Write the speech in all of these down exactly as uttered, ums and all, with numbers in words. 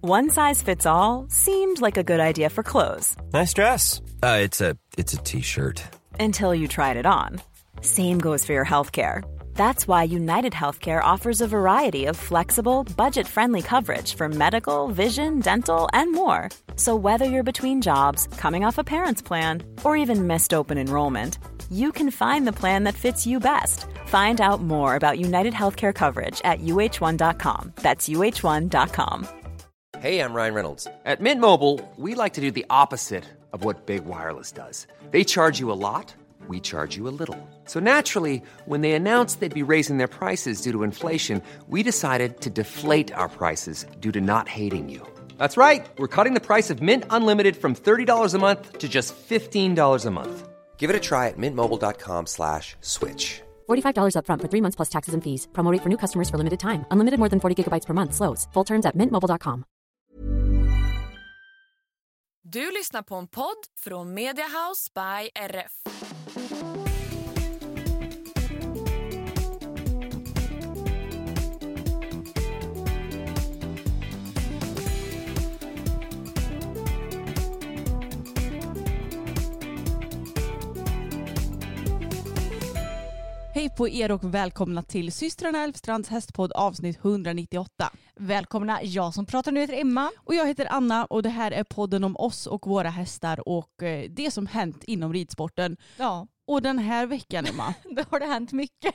One size fits all seemed like a good idea for clothes. Nice dress. Uh, it's a it's a t-shirt. Until you tried it on. Same goes for your healthcare. That's why United Healthcare offers a variety of flexible, budget-friendly coverage for medical, vision, dental, and more. So whether you're between jobs, coming off a parent's plan, or even missed open enrollment, you can find the plan that fits you best. Find out more about United Healthcare coverage at U H one dot com. That's U H one dot com. Hey, I'm Ryan Reynolds. At Mint Mobile, we like to do the opposite of what Big Wireless does. They charge you a lot, we charge you a little. So naturally, when they announced they'd be raising their prices due to inflation, we decided to deflate our prices due to not hating you. That's right. We're cutting the price of Mint Unlimited from thirty dollars a month to just fifteen dollars a month. Give it a try at mintmobile.com slash switch. forty-five dollars up front for three months plus taxes and fees. Promo rate for new customers for limited time. Unlimited more than forty gigabytes per month. Slows full terms at mint mobile dot com. Du lyssnar på en podd från Media House by R F. Hej på er och välkomna till Systrarna Elfstrands hästpodd avsnitt etthundranittioåtta. Välkomna, jag som pratar nu heter Emma. Och jag heter Anna och det här är podden om oss och våra hästar och det som hänt inom ridsporten. Ja. Och den här veckan, Emma. Det har det hänt mycket.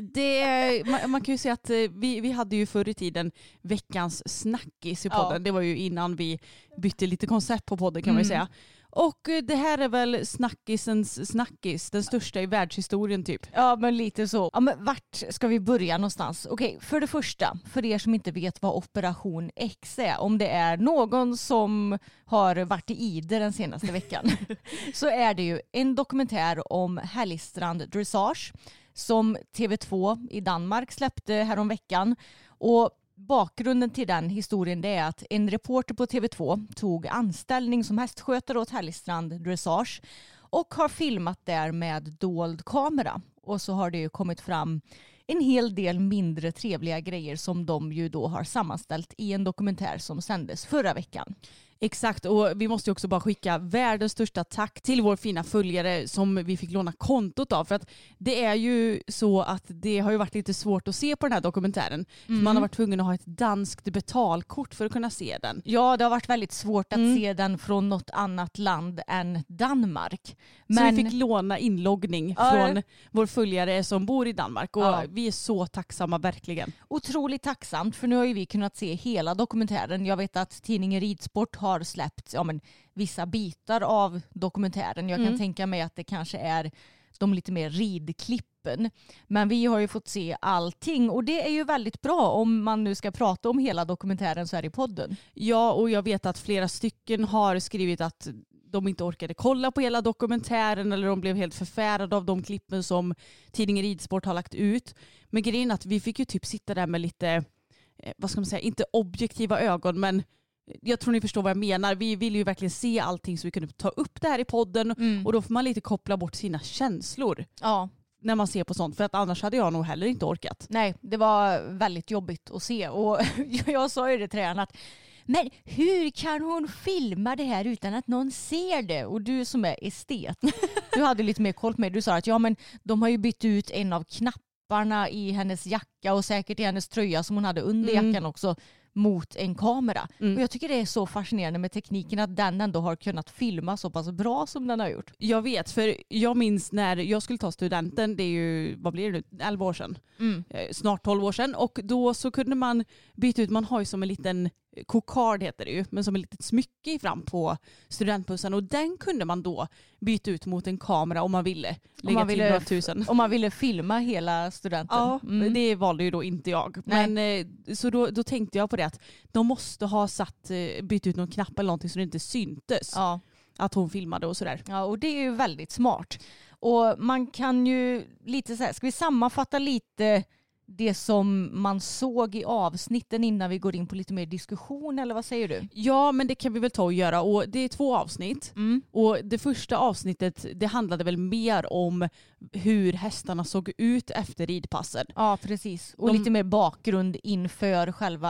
Det, man, man kan ju säga att vi, vi hade ju förr i tiden veckans snackis i podden. Ja. Det var ju innan vi bytte lite koncept på podden kan mm. man ju säga. Och det här är väl snackisens snackis, den största i världshistorien typ. Ja, men lite så. Ja, men vart ska vi börja någonstans? Okej, för det första, för er som inte vet vad Operation X är, om det är någon som har varit i Ide den senaste veckan, så är det ju en dokumentär om Härligstrand Dressage som T V två i Danmark släppte härom veckan. Och bakgrunden till den historien det är att en reporter på T V två tog anställning som hästskötare åt Härligstrand Dressage och har filmat där med dold kamera. Och så har det ju kommit fram en hel del mindre trevliga grejer som de ju då har sammanställt i en dokumentär som sändes förra veckan. Exakt, och vi måste också bara skicka världens största tack till vår fina följare som vi fick låna kontot av. För att det är ju så att det har ju varit lite svårt att se på den här dokumentären. Mm. För man har varit tvungen att ha ett danskt betalkort för att kunna se den. Ja, det har varit väldigt svårt att mm. se den från något annat land än Danmark. Men så vi fick låna inloggning ja. från vår följare som bor i Danmark. Och ja. vi är så tacksamma, verkligen. Otroligt tacksamt, för nu har ju vi kunnat se hela dokumentären. Jag vet att tidningen Ridsport har har släppt ja, men, vissa bitar av dokumentären. Jag kan mm. tänka mig att det kanske är de lite mer ridklippen. Men vi har ju fått se allting och det är ju väldigt bra om man nu ska prata om hela dokumentären så här i podden. Ja, och jag vet att flera stycken har skrivit att de inte orkade kolla på hela dokumentären eller de blev helt förfärade av de klippen som tidningen Ridsport har lagt ut. Men grejen är att vi fick ju typ sitta där med lite, vad ska man säga, inte objektiva ögon, men jag tror ni förstår vad jag menar. Vi vill ju verkligen se allting så vi kunde ta upp det här i podden. Mm. Och då får man lite koppla bort sina känslor. Ja. När man ser på sånt. För att annars hade jag nog heller inte orkat. Nej, det var väldigt jobbigt att se. Och jag sa ju det till henne att men hur kan hon filma det här utan att någon ser det? Och du som är estet, du hade lite mer koll på mig. Du sa att ja, men de har ju bytt ut en av knapparna i hennes jacka och säkert i hennes tröja som hon hade under mm. jackan också mot en kamera. Mm. Och jag tycker det är så fascinerande med tekniken att den ändå har kunnat filma så pass bra som den har gjort. Jag vet, för jag minns när jag skulle ta studenten, det är ju, vad blir det nu, elva år sedan. Mm. Snart tolv år sedan. Och då så kunde man byta ut, man har ju som en liten kokard heter det ju, men som ett litet smycke fram på studentbussen och den kunde man då byta ut mot en kamera om man ville. Om man ville, tusen. Om man ville filma hela studenten. Ja, mm. det valde ju då inte jag. Nej. Men så då, då tänkte jag på det att de måste ha satt, bytt ut någon knapp eller någonting så det inte syntes. Ja. Att hon filmade och sådär. Ja, och det är ju väldigt smart. Och man kan ju lite så här, ska vi sammanfatta lite det som man såg i avsnitten innan vi går in på lite mer diskussion, eller vad säger du? Ja, men det kan vi väl ta och göra. Och det är två avsnitt. Mm. Och det första avsnittet, det handlade väl mer om hur hästarna såg ut efter ridpassen. Ja, precis. Och De... lite mer bakgrund inför själva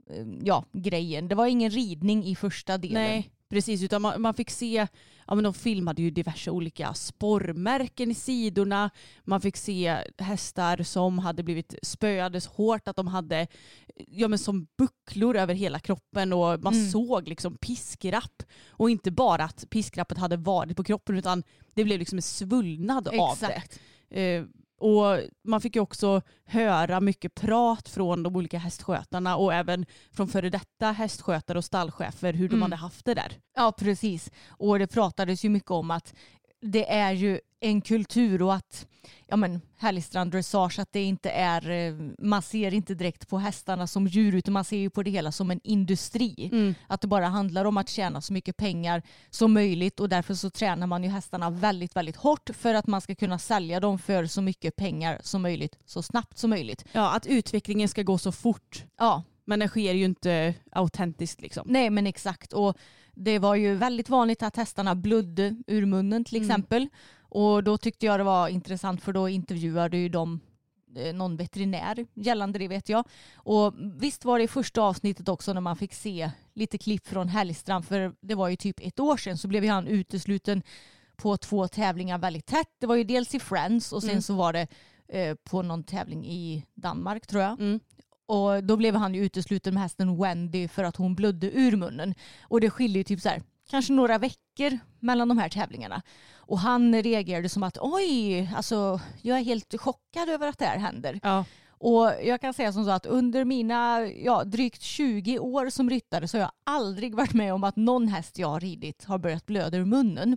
ja, grejen. Det var ingen ridning i första delen. Nej, precis. Utan man, man fick se, ja men de filmade ju diverse olika sporrmärken i sidorna. Man fick se hästar som hade blivit spöade så hårt att de hade, ja men som bucklor över hela kroppen, och man mm. såg liksom piskrapp. Och inte bara att piskrappet hade varit på kroppen, utan det blev liksom en svullnad Exakt. av det. Eh, Och man fick ju också höra mycket prat från de olika hästskötarna och även från före detta hästskötare och stallchefer hur de mm. hade haft det där. Ja, precis. Och det pratades ju mycket om att det är ju en kultur och att ja men Härligstrand dressage, att det inte är, man ser inte direkt på hästarna som djur, utan man ser ju på det hela som en industri. Mm. Att det bara handlar om att tjäna så mycket pengar som möjligt, och därför så tränar man ju hästarna väldigt, väldigt hårt för att man ska kunna sälja dem för så mycket pengar som möjligt, så snabbt som möjligt. Ja, att utvecklingen ska gå så fort. Ja. Men det sker ju inte autentiskt liksom. Nej, men exakt. Och det var ju väldigt vanligt att hästarna blödde ur munnen till exempel. Mm. Och då tyckte jag det var intressant, för då intervjuade ju de någon veterinär gällande det, vet jag. Och visst var det i första avsnittet också när man fick se lite klipp från Härligstrand, för det var ju typ ett år sedan så blev han utesluten på två tävlingar väldigt tätt. Det var ju dels i Friends och sen mm. så var det eh, på någon tävling i Danmark tror jag. Mm. Och då blev han ju utesluten med hästen Wendy för att hon blödde ur munnen. Och det skiljer ju typ så här, kanske några veckor mellan de här tävlingarna. Och han reagerade som att oj, alltså jag är helt chockad över att det här händer. Ja. Och jag kan säga som så att under mina ja, drygt tjugo år som ryttare så har jag aldrig varit med om att någon häst jag har ridit har börjat blöda ur munnen.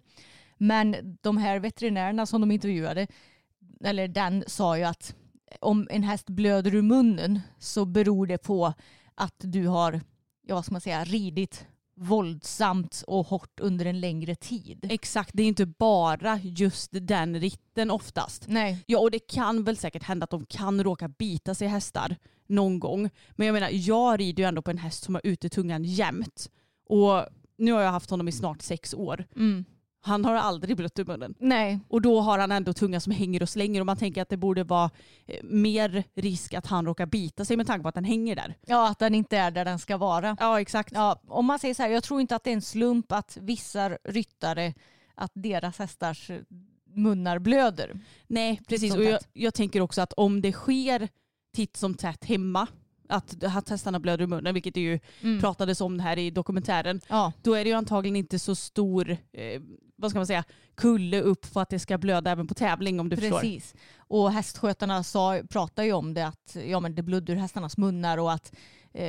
Men de här veterinärerna som de intervjuade, eller den sa ju att om en häst blöder ur munnen så beror det på att du har, ja vad ska man säga, ridit våldsamt och hårt under en längre tid. Exakt, det är inte bara just den ritten oftast. Nej. Ja, och det kan väl säkert hända att de kan råka bita sig hästar någon gång. Men jag menar, jag rider ju ändå på en häst som har ute tungan jämt. Och nu har jag haft honom i snart sex år. Mm. Han har aldrig blött ur munnen. Nej. Och då har han ändå tunga som hänger och slänger. Och man tänker att det borde vara mer risk att han råkar bita sig med tanke på att den hänger där. Ja, att den inte är där den ska vara. Ja, exakt. Ja, om man säger så här, jag tror inte att det är en slump att vissa ryttare, att deras hästars munnar blöder. Nej, precis. Och jag, jag tänker också att om det sker titt som tätt hemma, att, att hästarna blöder i munnen, vilket det ju mm. pratades om här i dokumentären, ja. Då är det ju antagligen inte så stor eh, vad ska man säga, kulle upp för att det ska blöda även på tävling, om du Precis. förstår. Precis. Och hästskötarna sa, pratade ju om det, att ja, men det blödde ur hästarnas munnar, och att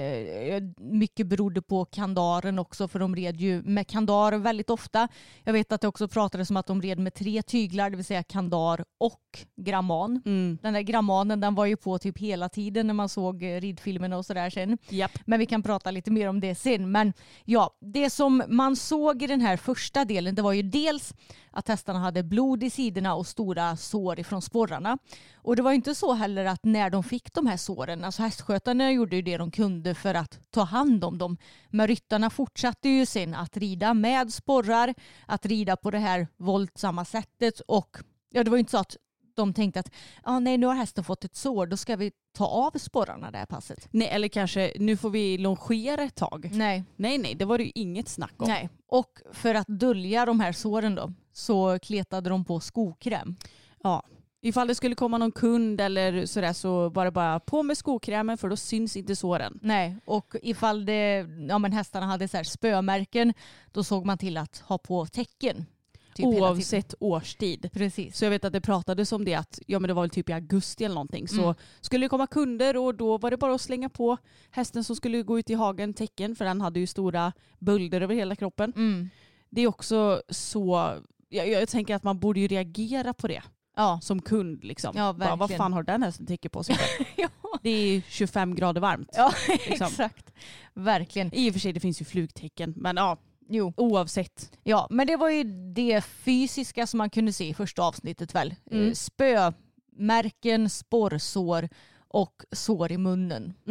eh, mycket berodde på kandaren också, för de red ju med kandar väldigt ofta. Jag vet att det också pratades om att de red med tre tyglar, det vill säga kandar och gramman. Mm. Den där grammanen, den var ju på typ hela tiden när man såg ridfilmerna och sådär sen. Yep. Men vi kan prata lite mer om det sen. Men ja, det som man såg i den här första delen, det var ju dels att hästarna hade blod i sidorna och stora sår ifrån sporrarna. Och det var inte så heller att när de fick de här såren, alltså hästskötarna gjorde ju det de kunde för att ta hand om dem. Men ryttarna fortsatte ju sen att rida med sporrar, att rida på det här våldsamma sättet, och ja, det var ju inte så att de tänkte att ah, nej, nu har hästen fått ett sår, då ska vi ta av sporrarna det här passet. Nej, eller kanske nu får vi longera ett tag. Nej. Nej, nej, det var det ju inget snack om. Nej, och för att dölja de här såren då så kletade de på skokräm. Ja, ifall det skulle komma någon kund eller sådär så var det bara på med skokrämen, för då syns inte såren. Nej, och ifall det, ja, men hästarna hade så här spömärken, då såg man till att ha på tecken. Typ oavsett årstid. Precis. Så jag vet att det pratades om det att ja, men det var väl typ i augusti eller någonting. Så mm. skulle det komma kunder, och då var det bara att slänga på hästen som skulle gå ut i hagen tecken, för den hade ju stora bölder över hela kroppen. Mm. Det är också så, jag, jag tänker att man borde ju reagera på det. Ja. Som kund liksom. Ja, bara, vad fan har den hästen täcker på sig? Ja. Det är tjugofem grader varmt. Ja, liksom. Exakt. Verkligen. I och för sig det finns ju flugtecken, men ja. Jo. Oavsett. Ja, men det var ju det fysiska som man kunde se i första avsnittet väl. Mm. Spömärken, sporrsår och sår i munnen. Mm.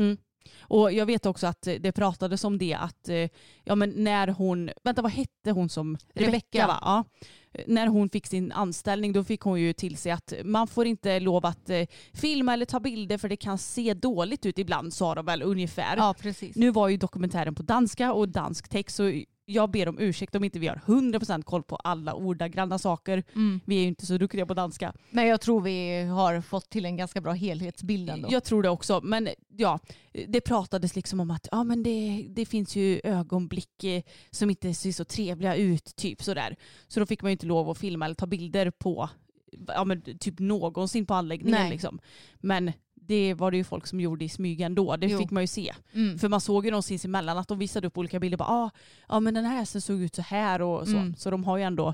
Och jag vet också att det pratades om det att ja, men när hon, vänta vad hette hon som? Rebecka va? Ja. När hon fick sin anställning då fick hon ju till sig att man får inte lov att eh, filma eller ta bilder för det kan se dåligt ut ibland, sa de väl ungefär. Ja, precis. Nu var ju dokumentären på danska och dansk text så jag ber om ursäkt om inte vi har hundra procent koll på alla ordagranna saker. Mm. Vi är ju inte så duktiga på danska. Men jag tror vi har fått till en ganska bra helhetsbild ändå. Jag tror det också. Men ja, det pratades liksom om att ja, men det, det finns ju ögonblick som inte ser så trevliga ut. Typ sådär. Så då fick man ju inte lov att filma eller ta bilder på ja, men typ någonsin på anläggningen. Liksom. Men det var det ju folk som gjorde i smyg ändå. Det jo. fick man ju se. Mm. För man såg ju någonstans emellan att de visade upp olika bilder. Bara, ah, ja, men den här hästen såg ut så här och så. Mm. Så de har ju ändå,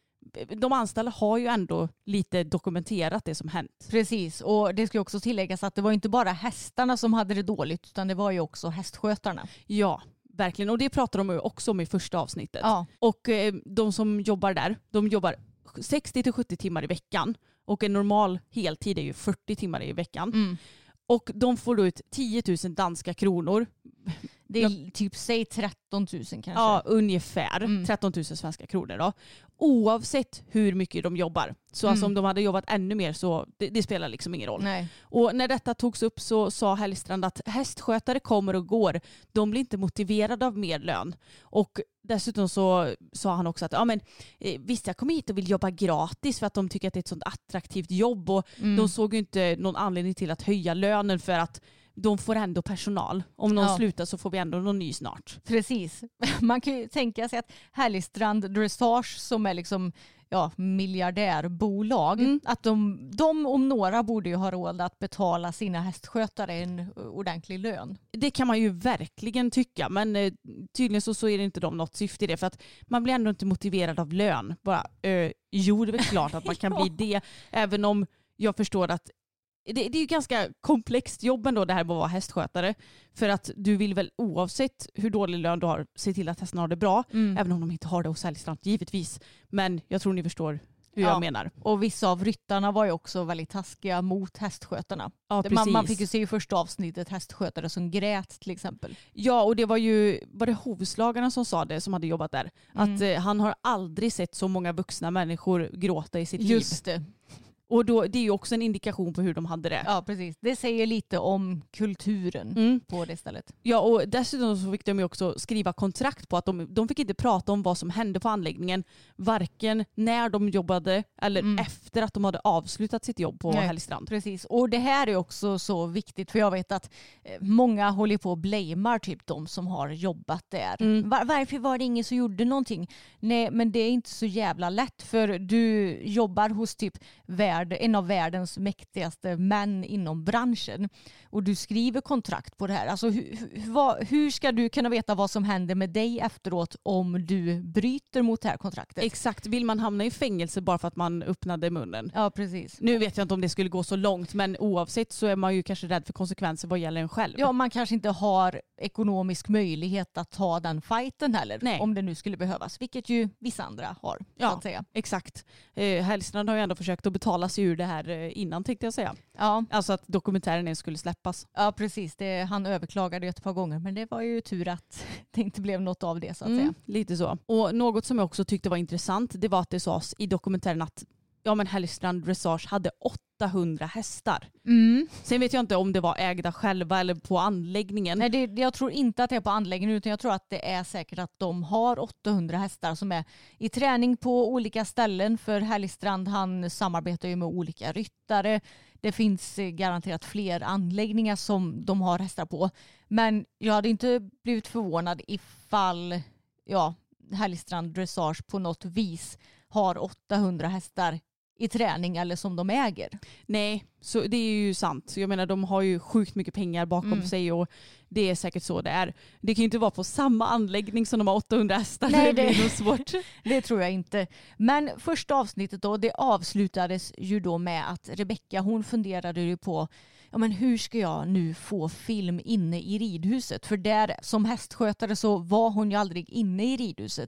de anställda har ju ändå lite dokumenterat det som hänt. Precis, och det ska också tilläggas att det var inte bara hästarna som hade det dåligt utan det var ju också hästskötarna. Ja, verkligen. Och det pratade de också om i första avsnittet. Ja. Och eh, de som jobbar där, de jobbar sextio till sjuttio timmar i veckan. Och en normal heltid är ju fyrtio timmar i veckan. Mm. Och de får då ut tio tusen danska kronor. Det är ja. typ säg tretton tusen kanske. Ja, ungefär. Mm. tretton tusen svenska kronor då. Oavsett hur mycket de jobbar. Så mm. alltså om de hade jobbat ännu mer så det, det spelar liksom ingen roll. Nej. Och när detta togs upp så sa Hellstrand att hästskötare kommer och går. De blir inte motiverade av mer lön. Och dessutom så sa han också att ja, men, eh, visst jag kommer hit och vill jobba gratis för att de tycker att det är ett sånt attraktivt jobb. Och mm. de såg ju inte någon anledning till att höja lönen för att de får ändå personal. Om någon ja. slutar så får vi ändå någon ny snart. Precis. Man kan ju tänka sig att Hellstrand Dressage som är liksom ja, miljardärbolag, mm. att de, de om några borde ju ha råd att betala sina hästskötare en ordentlig lön. Det kan man ju verkligen tycka, men eh, tydligen så, så är det inte de något syfte i det, för att man blir ändå inte motiverad av lön. Bara, eh, jo, det är väl klart att man kan ja. bli det, även om jag förstår att Det, det är ju ganska komplext jobb ändå det här med att vara hästskötare. För att du vill väl oavsett hur dålig lön du har se till att hästarna har det bra. Mm. Även om de inte har det hos Hellstrand givetvis. Men jag tror ni förstår hur ja. jag menar. Och vissa av ryttarna var ju också väldigt taskiga mot hästskötarna. Ja, man, man fick ju se i första avsnittet hästskötare som grät till exempel. Ja, och det var ju var det hovslagarna som sa det som hade jobbat där. Mm. Att eh, han har aldrig sett så många vuxna människor gråta i sitt liv. Just det. Och då, det är ju också en indikation på hur de hade det. Ja, precis. Det säger lite om kulturen mm. på det stället. Ja, och dessutom så fick de ju också skriva kontrakt på att de, de fick inte prata om vad som hände på anläggningen. Varken när de jobbade eller mm. efter att de hade avslutat sitt jobb på Nej, Hellstrand. Precis. Och det här är också så viktigt, för jag vet att många håller på och blamear typ de som har jobbat där. Mm. Var, varför var det ingen som gjorde någonting? Nej, men det är inte så jävla lätt, för du jobbar hos typ en av världens mäktigaste män inom branschen och du skriver kontrakt på det här. Alltså hur, hur, hur ska du kunna veta vad som händer med dig efteråt om du bryter mot det här kontraktet? Exakt, vill man hamna i fängelse bara för att man öppnade munnen? Ja, precis. Nu vet jag inte om det skulle gå så långt, men oavsett så är man ju kanske rädd för konsekvenser vad gäller en själv. Ja, man kanske inte har ekonomisk möjlighet att ta den fighten heller. Nej. Om det nu skulle behövas, vilket ju vissa andra har. Ja, så att säga. Exakt. Eh, Hellstrand har ju ändå försökt att betala sig ur det här innan, tänkte jag säga. Ja. Alltså att dokumentären skulle släppas. Ja, precis. Det, han överklagade ett par gånger, men det var ju tur att det inte blev något av det, så att mm, säga. Lite så. Och något som jag också tyckte var intressant, det var att det sades i dokumentären att ja, men Hellstrand Dressage hade åttahundra hästar. Mm. Sen vet jag inte om det var ägda själva eller på anläggningen. Nej, det, jag tror inte att det är på anläggningen, utan jag tror att det är säkert att de har åttahundra hästar som är i träning på olika ställen. För Hellstrand, han samarbetar ju med olika ryttare. Det finns garanterat fler anläggningar som de har hästar på. Men jag hade inte blivit förvånad ifall ja, Hellstrand Dressage på något vis har åttahundra hästar i träning eller som de äger. Nej, så det är ju sant. Jag menar, de har ju sjukt mycket pengar bakom mm. sig och det är säkert så det är. Det kan ju inte vara på samma anläggning som de har åttahundra hästar. Nej, det, det blir nog svårt. Det tror jag inte. Men första avsnittet då, det avslutades ju då med att Rebecka, hon funderade ju på ja, men hur ska jag nu få film inne i ridhuset? För där som hästskötare så var hon ju aldrig inne i ridhuset.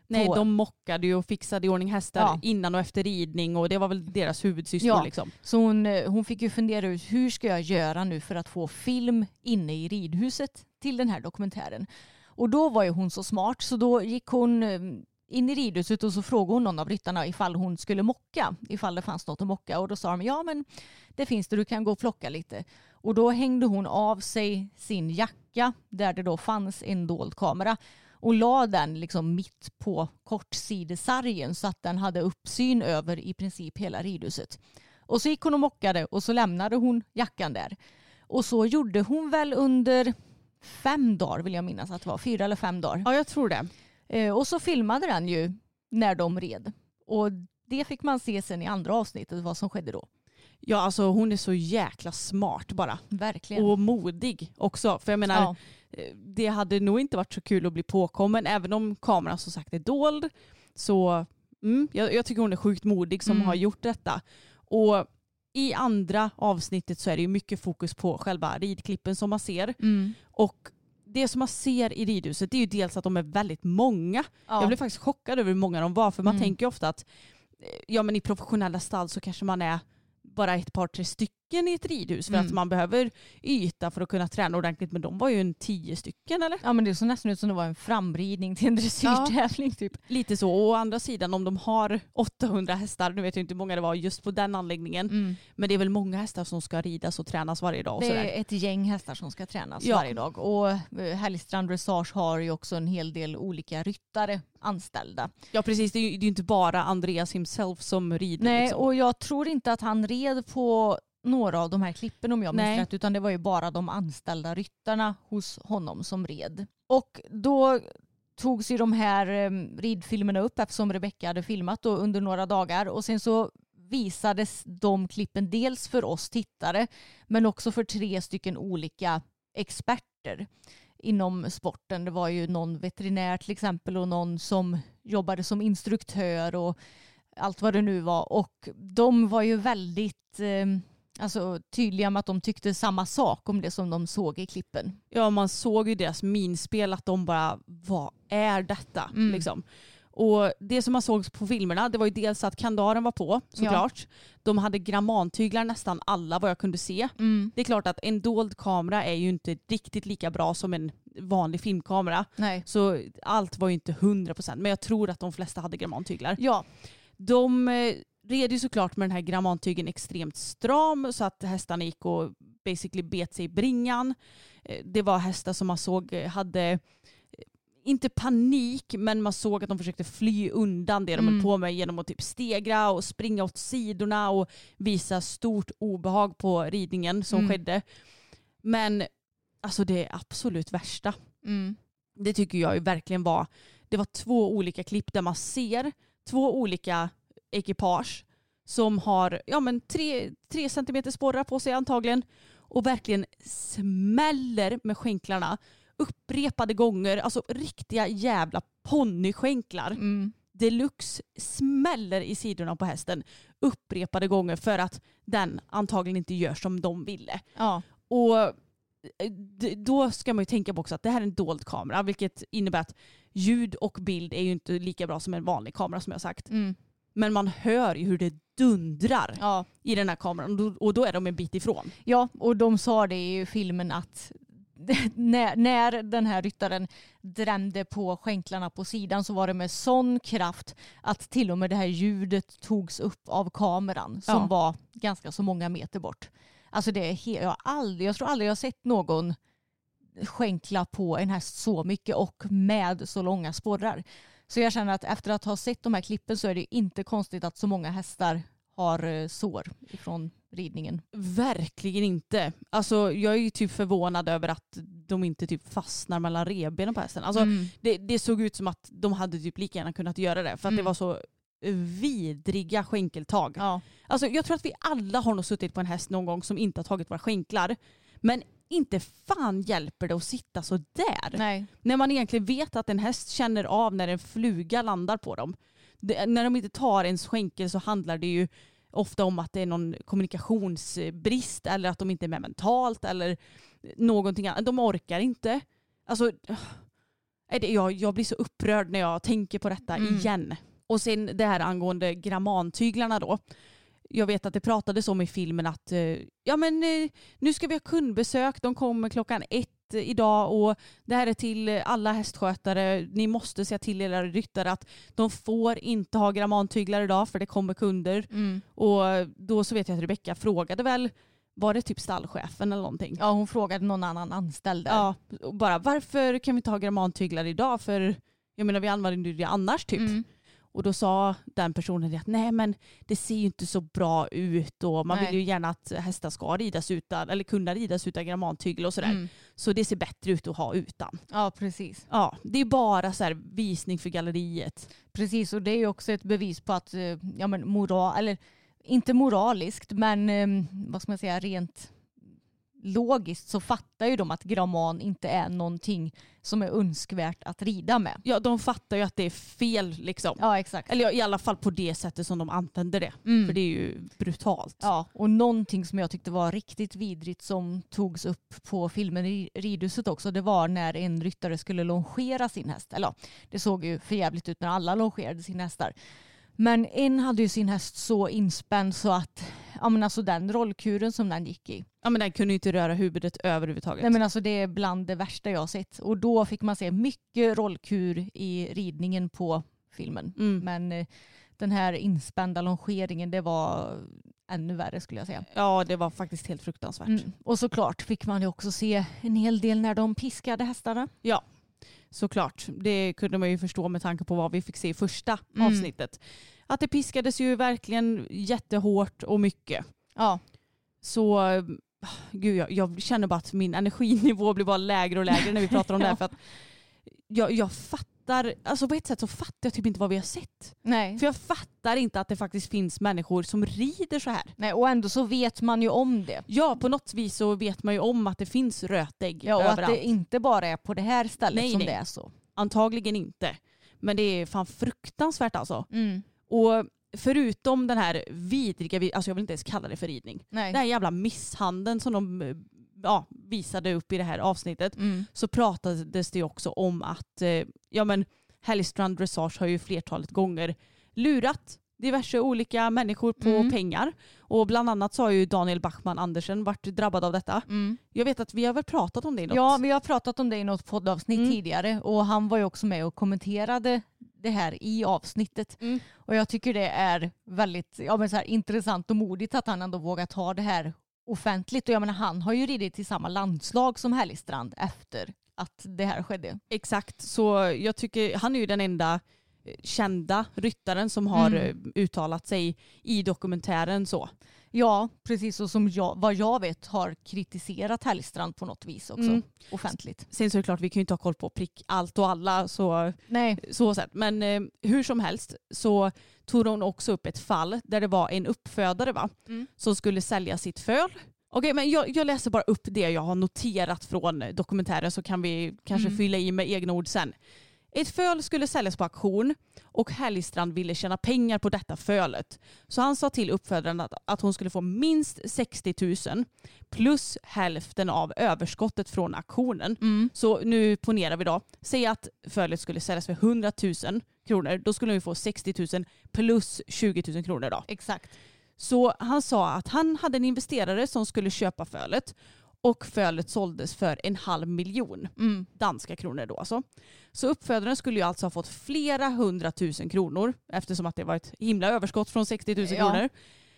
Nej, på... de mockade ju och fixade i ordning hästar Ja. innan och efter ridning och det var väl deras huvudsyssla Ja. liksom. Så hon, hon fick ju fundera ut hur ska jag göra nu för att få film inne i ridhuset till den här dokumentären. Och då var ju hon så smart så då gick hon in i ridhuset och så frågade hon någon av ryttarna ifall hon skulle mocka, ifall det fanns något att mocka. Och då sa de, ja men det finns det, du kan gå och plocka lite. Och då hängde hon av sig sin jacka där det då fanns en dold kamera och la den liksom mitt på kortsidesargen så att den hade uppsyn över i princip hela ridhuset. Och så gick hon och mockade och så lämnade hon jackan där. Och så gjorde hon väl under fem dagar vill jag minnas att det var, fyra eller fem dagar. Ja, jag tror det. Eh, och så filmade den ju när de red. Och det fick man se sen i andra avsnittet vad som skedde då. Ja, alltså hon är så jäkla smart bara. Verkligen. Och modig också. För jag menar, Ja. det hade nog inte varit så kul att bli påkommen. Även om kameran som sagt är dold. Så mm, jag, jag tycker hon är sjukt modig som Mm. har gjort detta. Och i andra avsnittet så är det ju mycket fokus på själva ridklippen som man ser. Mm. Och det som man ser i ridhuset det är ju dels att de är väldigt många. Ja. Jag blev faktiskt chockad över hur många de var. För man Mm. tänker ofta att ja, men i professionella stall så kanske man är bara ett par, tre stycken i ett ridhus för Mm. att man behöver yta för att kunna träna ordentligt. Men de var ju en tio stycken eller? Ja men det såg nästan ut som det var en framridning till en dressyrtävling typ. Lite så. Och å andra sidan om de har åttahundra hästar, nu vet jag inte hur många det var just på den anläggningen. Mm. Men det är väl många hästar som ska ridas och tränas varje dag. Och Det sådär. är ett gäng hästar som ska tränas Ja. varje dag. Och eh, Härligstrand Dressage har ju också en hel del olika ryttare anställda. Ja precis, det är ju det är ju inte bara Andreas himself som rider. Nej, liksom. och jag tror inte att han red på några av de här klippen om jag minns Nej. rätt, utan det var ju bara de anställda ryttarna hos honom som red. Och då togs ju de här eh, ridfilmerna upp eftersom Rebecca hade filmat då under några dagar och sen så visades de klippen dels för oss tittare men också för tre stycken olika experter inom sporten. Det var ju någon veterinär till exempel och någon som jobbade som instruktör och allt vad det nu var. Och de var ju väldigt eh, alltså, tydliga med att de tyckte samma sak om det som de såg i klippen. Ja, man såg ju deras minspel att de bara, vad är detta? Mm. Liksom. Och det som man såg på filmerna, det var ju dels att kandaren var på, såklart. Ja. De hade grammantyglar nästan alla vad jag kunde se. Mm. Det är klart att en dold kamera är ju inte riktigt lika bra som en vanlig filmkamera. Nej. Så allt var ju inte hundra procent, men jag tror att de flesta hade grammantyglar. Ja. De eh, red ju såklart med den här grammantygen extremt stram så att hästarna gick och basically bet sig i bringan. Eh, det var hästar som man såg hade inte panik, men man såg att de försökte fly undan det de Mm. höll på med genom att typ stegra och springa åt sidorna och visa stort obehag på ridningen som Mm. skedde. Men alltså det absolut värsta, Mm. det tycker jag ju verkligen var, det var två olika klipp där man ser två olika ekipage som har ja, men tre, tre centimeter sporrar på sig antagligen och verkligen smäller med skänklarna upprepade gånger, alltså riktiga jävla ponnyskänklar. Mm. Deluxe smäller i sidorna på hästen upprepade gånger för att den antagligen inte gör som de ville. Ja. Och d- då ska man ju tänka på också att det här är en dold kamera, vilket innebär att ljud och bild är ju inte lika bra som en vanlig kamera som jag sagt. Mm. Men man hör ju hur det dundrar Ja. i den här kameran och då, och då är de en bit ifrån. Ja, och de sa det i filmen att när, när den här ryttaren drämde på skänklarna på sidan så var det med sån kraft att till och med det här ljudet togs upp av kameran som Ja. var ganska så många meter bort. Alltså det är he- jag, har aldrig, jag tror aldrig jag har sett någon skänkla på en häst så mycket och med så långa sporrar. Så jag känner att efter att ha sett de här klippen så är det inte konstigt att så många hästar har eh, sår ifrån ridningen. Verkligen inte. Alltså, jag är ju typ förvånad över att de inte typ fastnar mellan revbenen på hästen. Alltså, Mm. det, det såg ut som att de hade typ lika gärna kunnat göra det för att Mm. det var så vidriga skänkeltag. Ja. Alltså, jag tror att vi alla har nog suttit på en häst någon gång som inte har tagit våra skänklar. Men inte fan hjälper det att sitta så där. Nej. När man egentligen vet att en häst känner av när en fluga landar på dem. Det, när de inte tar ens skänkel så handlar det ju ofta om att det är någon kommunikationsbrist eller att de inte är med mentalt eller någonting annat. De orkar inte. Alltså, Jag, jag blir så upprörd när jag tänker på detta mm. igen. Och sen det här angående grammantyglarna då. Jag vet att det pratades om i filmen att ja men nu ska vi ha kundbesök. De kommer klockan ett idag och det här är till alla hästskötare. Ni måste säga till era ryttare att de får inte ha grammantyglar idag för det kommer kunder. Mm. Och då så vet jag att Rebecca frågade väl, var det typ stallchefen eller någonting? Ja, hon frågade någon annan anställd där. Ja, bara varför kan vi inte ha grammantyglar idag? För jag menar vi använder det annars typ. Mm. Och då sa den personen att nej men det ser ju inte så bra ut och man nej. vill ju gärna att hästar ska ridas utan eller kunna ridas utan grammantygel och sådär. Mm. Så det ser bättre ut att ha utan. Ja, precis. Ja, det är bara så här visning för galleriet. Precis, och det är ju också ett bevis på att ja men moral eller inte moraliskt men vad ska man säga rent logiskt så fattar ju de att gramman inte är någonting som är önskvärt att rida med. Ja, de fattar ju att det är fel liksom. Ja, exakt. Eller i alla fall på det sättet som de använder det. Mm. För det är ju brutalt. Ja, och någonting som jag tyckte var riktigt vidrigt som togs upp på filmen i Ridhuset också, det var när en ryttare skulle longera sin häst. Eller ja, det såg ju för jävligt ut när alla longerade sina hästar. Men en hade ju sin häst så inspänd så att ja men alltså den rollkuren som den gick i. Ja men den kunde ju inte röra huvudet överhuvudtaget. Nej men alltså det är bland det värsta jag har sett. Och då fick man se mycket rollkur i ridningen på filmen. Mm. Men eh, den här inspända longeringen det var ännu värre skulle jag säga. Ja det var faktiskt helt fruktansvärt. Mm. Och såklart fick man ju också se en hel del när de piskade hästarna. Ja. Såklart, det kunde man ju förstå med tanke på vad vi fick se i första mm. avsnittet. Att det piskades ju verkligen jättehårt och mycket. Ja. Så, gud jag, jag känner bara att min energinivå blir bara lägre och lägre när vi pratar om det här. För att jag, jag fattar, alltså på ett sätt så fattar jag typ inte vad vi har sett. Nej. För jag fattar inte att det faktiskt finns människor som rider så här. Nej, och ändå så vet man ju om det. Ja, på något vis så vet man ju om att det finns rötägg ja, och överallt. att det inte bara är på det här stället nej, som nej. det är så. Antagligen inte. Men det är fan fruktansvärt alltså. Mm. Och förutom den här vidriga, alltså jag vill inte ens kalla det för ridning. Nej. Den här jävla misshandeln som de ja, visade upp i det här avsnittet. Mm. Så pratades det också om att ja men Hellstrand Dressage har ju flertalet gånger lurat diverse olika människor på mm. pengar. Och bland annat så har ju Daniel Bachman Andersen varit drabbad av detta. Mm. Jag vet att vi har väl pratat om det i något. Ja, vi har pratat om det i något poddavsnitt mm. tidigare. Och han var ju också med och kommenterade det här i avsnittet. Mm. Och jag tycker det är väldigt ja, men så här, intressant och modigt att han ändå vågar ta det här offentligt. Och jag menar, han har ju ridit i samma landslag som Hellstrand efter att det här skedde. Exakt, så jag tycker han är ju den enda kända ryttaren som har mm. uttalat sig i dokumentären så. Ja, precis, och som jag, vad jag vet har kritiserat Hellstrand på något vis också mm. offentligt. Sen så är det klart vi kan ju inte ha koll på prick allt och alla så, Nej. så sätt. Men eh, hur som helst så tog hon också upp ett fall där det var en uppfödare va, mm. som skulle sälja sitt föl. Okej, men jag, jag läser bara upp det jag har noterat från dokumentären så kan vi kanske mm. fylla i med egna ord sen. Ett föl skulle säljas på auktion och Hellstrand ville tjäna pengar på detta fölet. Så han sa till uppfödaren att, att hon skulle få minst sextio tusen plus hälften av överskottet från auktionen. Mm. Så nu ponerar vi då. Säg att fölet skulle säljas för hundra tusen kronor. Då skulle vi få sextio tusen plus tjugo tusen kronor då. Exakt. Så han sa att han hade en investerare som skulle köpa fölet. Och fölet såldes för en halv miljon mm. danska kronor då alltså. Så uppfödaren skulle ju alltså ha fått flera hundratusen kronor eftersom att det var ett himla överskott från sextio tusen ja. kronor.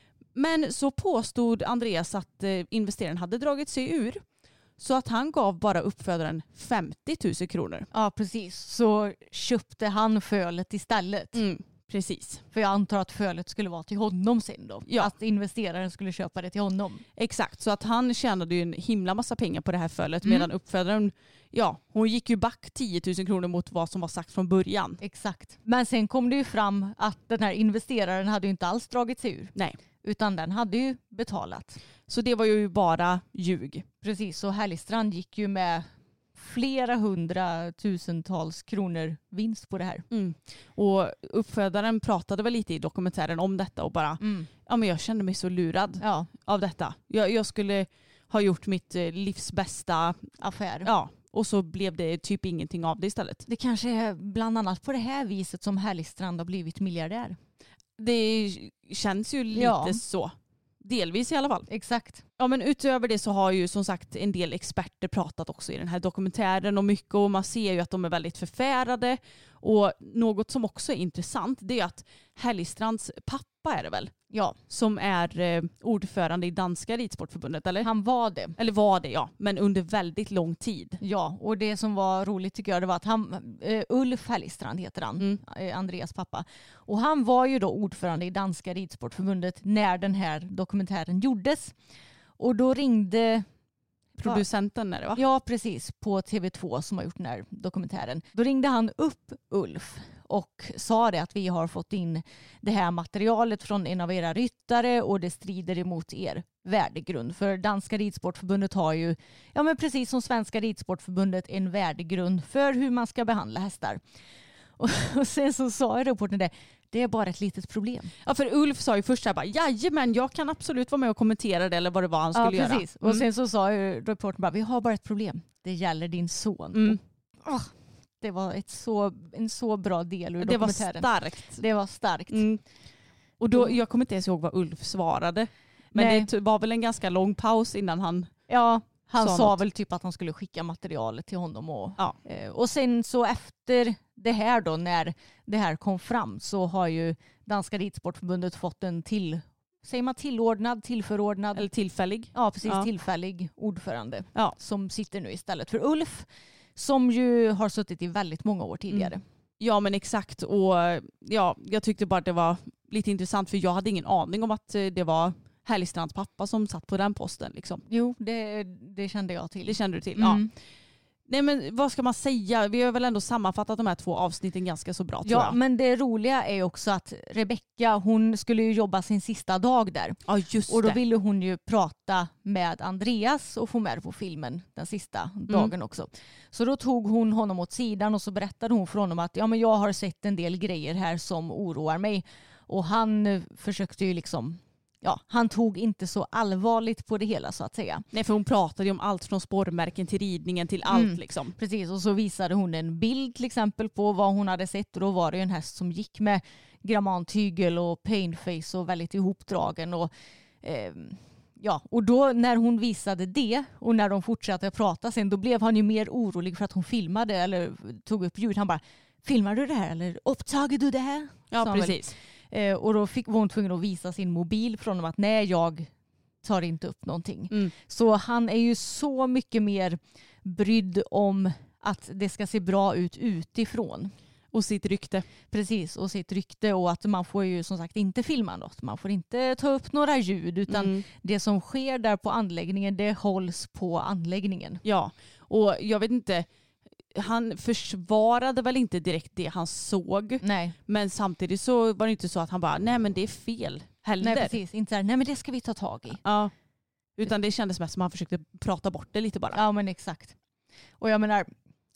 Men så påstod Andreas att investeraren hade dragit sig ur. Så att han gav bara uppfödaren femtio tusen kronor. Ja, precis. Så köpte han fölet istället. Mm. Precis. För jag antar att fölet skulle vara till honom sen då. Ja. Att investeraren skulle köpa det till honom. Exakt, så att han tjänade ju en himla massa pengar på det här fölet. Mm. Medan uppfödaren, ja, hon gick ju back tio tusen kronor mot vad som var sagt från början. Exakt. Men sen kom det ju fram att den här investeraren hade ju inte alls dragit sig ur. Nej. Utan den hade ju betalat. Så det var ju bara ljug. Precis, så Hellstrand gick ju med flera hundratusentals kronor vinst på det här. Mm. Och uppfödaren pratade väl lite i dokumentären om detta och bara, mm. ja men jag kände mig så lurad ja. av detta. Jag, jag skulle ha gjort mitt livs bästa affär. Ja, Och så blev det typ ingenting av det istället. Det kanske är bland annat på det här viset som Härligstrand har blivit miljardär. Det känns ju lite Ja. så. Delvis i alla fall. Exakt. Ja, men utöver det så har ju som sagt en del experter pratat också i den här dokumentären och mycket, och man ser ju att de är väldigt förfärade. Och något som också är intressant, det är att Härligstrands pappa är det väl? Ja. Som är eh, ordförande i danska ridsportförbundet, eller? Han var det. Eller var det, ja. Men under väldigt lång tid. Ja, och det som var roligt tycker jag det var att han, uh, Ulf Härligstrand heter han, Mm. uh, Andreas pappa. Och han var ju då ordförande i danska ridsportförbundet när den här dokumentären gjordes. Och då ringde Producenten är det, va? Ja, precis. På T V två som har gjort den här dokumentären. Då ringde han upp Ulf och sa det att vi har fått in det här materialet från en av era ryttare och det strider emot er värdegrund. För Danska ridsportförbundet har ju, ja men precis som Svenska ridsportförbundet, en värdegrund för hur man ska behandla hästar. Och, och sen så sa reportern det, det är bara ett litet problem. Ja, för Ulf sa ju först så här bara, jajamän, jag kan absolut vara med och kommentera det eller vad det var han skulle ja, precis. göra. Mm. Och sen så sa ju reportern bara, vi har bara ett problem. Det gäller din son. Mm. Oh, det var ett så, en så bra del ur Det var dokumentären. starkt. Det var starkt. Mm. Och då, jag kommer inte ens ihåg vad Ulf svarade. Men Nej. det var väl en ganska lång paus innan han... Ja, han Sa sa något. väl typ att han skulle skicka materialet till honom. Och, Ja. eh, och sen så efter det här då, när det här kom fram, så har ju Danska ridsportförbundet fått en till, säger man tillordnad, tillförordnad, Eller tillfällig. ja precis, Ja. tillfällig ordförande Ja. som sitter nu istället för Ulf, som ju har suttit i väldigt många år tidigare. Mm. Ja, men exakt. Och ja, jag tyckte bara att det var lite intressant, för jag hade ingen aning om att eh, det var Härligstrands pappa som satt på den posten. Liksom. Jo, det, det kände jag till. Det kände du till? Mm. Ja. Nej, men vad ska man säga? Vi har väl ändå sammanfattat de här två avsnitten ganska så bra, tror Ja, jag. men det roliga är ju också att Rebecka, hon skulle ju jobba sin sista dag där. Ja, just Och då det. ville hon ju prata med Andreas och få med på filmen den sista dagen också. Så då tog hon honom åt sidan och så berättade hon för honom att ja, men jag har sett en del grejer här som oroar mig. Och han eh, försökte ju liksom, ja, han tog inte så allvarligt på det hela så att säga. Nej, för hon pratade ju om allt från spårmärken till ridningen till allt Mm. liksom. Precis, och så visade hon en bild till exempel på vad hon hade sett, och då var det ju en häst som gick med grammantygel och painface och väldigt ihopdragen och eh, ja, och då när hon visade det och när de fortsatte prata sen, då blev han ju mer orolig för att hon filmade eller tog upp ljud. Han bara, filmar du det här eller upptager du det här? Ja, Sa han väl. precis. Eh, och då fick var hon tvungen att visa sin mobil från dem att nej, jag tar inte upp någonting. Mm. Så han är ju så mycket mer brydd om att det ska se bra ut utifrån. Och sitt rykte. Precis, och sitt rykte, och att man får ju som sagt inte filma något. Man får inte ta upp några ljud, utan Mm. det som sker där på anläggningen, det hålls på anläggningen. Ja, och jag vet inte, han försvarade väl inte direkt det han såg. Nej, Men samtidigt så var det inte så att han bara, nej men det är fel heller. nej precis. Inte så här, nej men det ska vi ta tag i. Ja. Utan det kändes mest som att han försökte prata bort det lite bara. Ja men exakt. Och jag menar,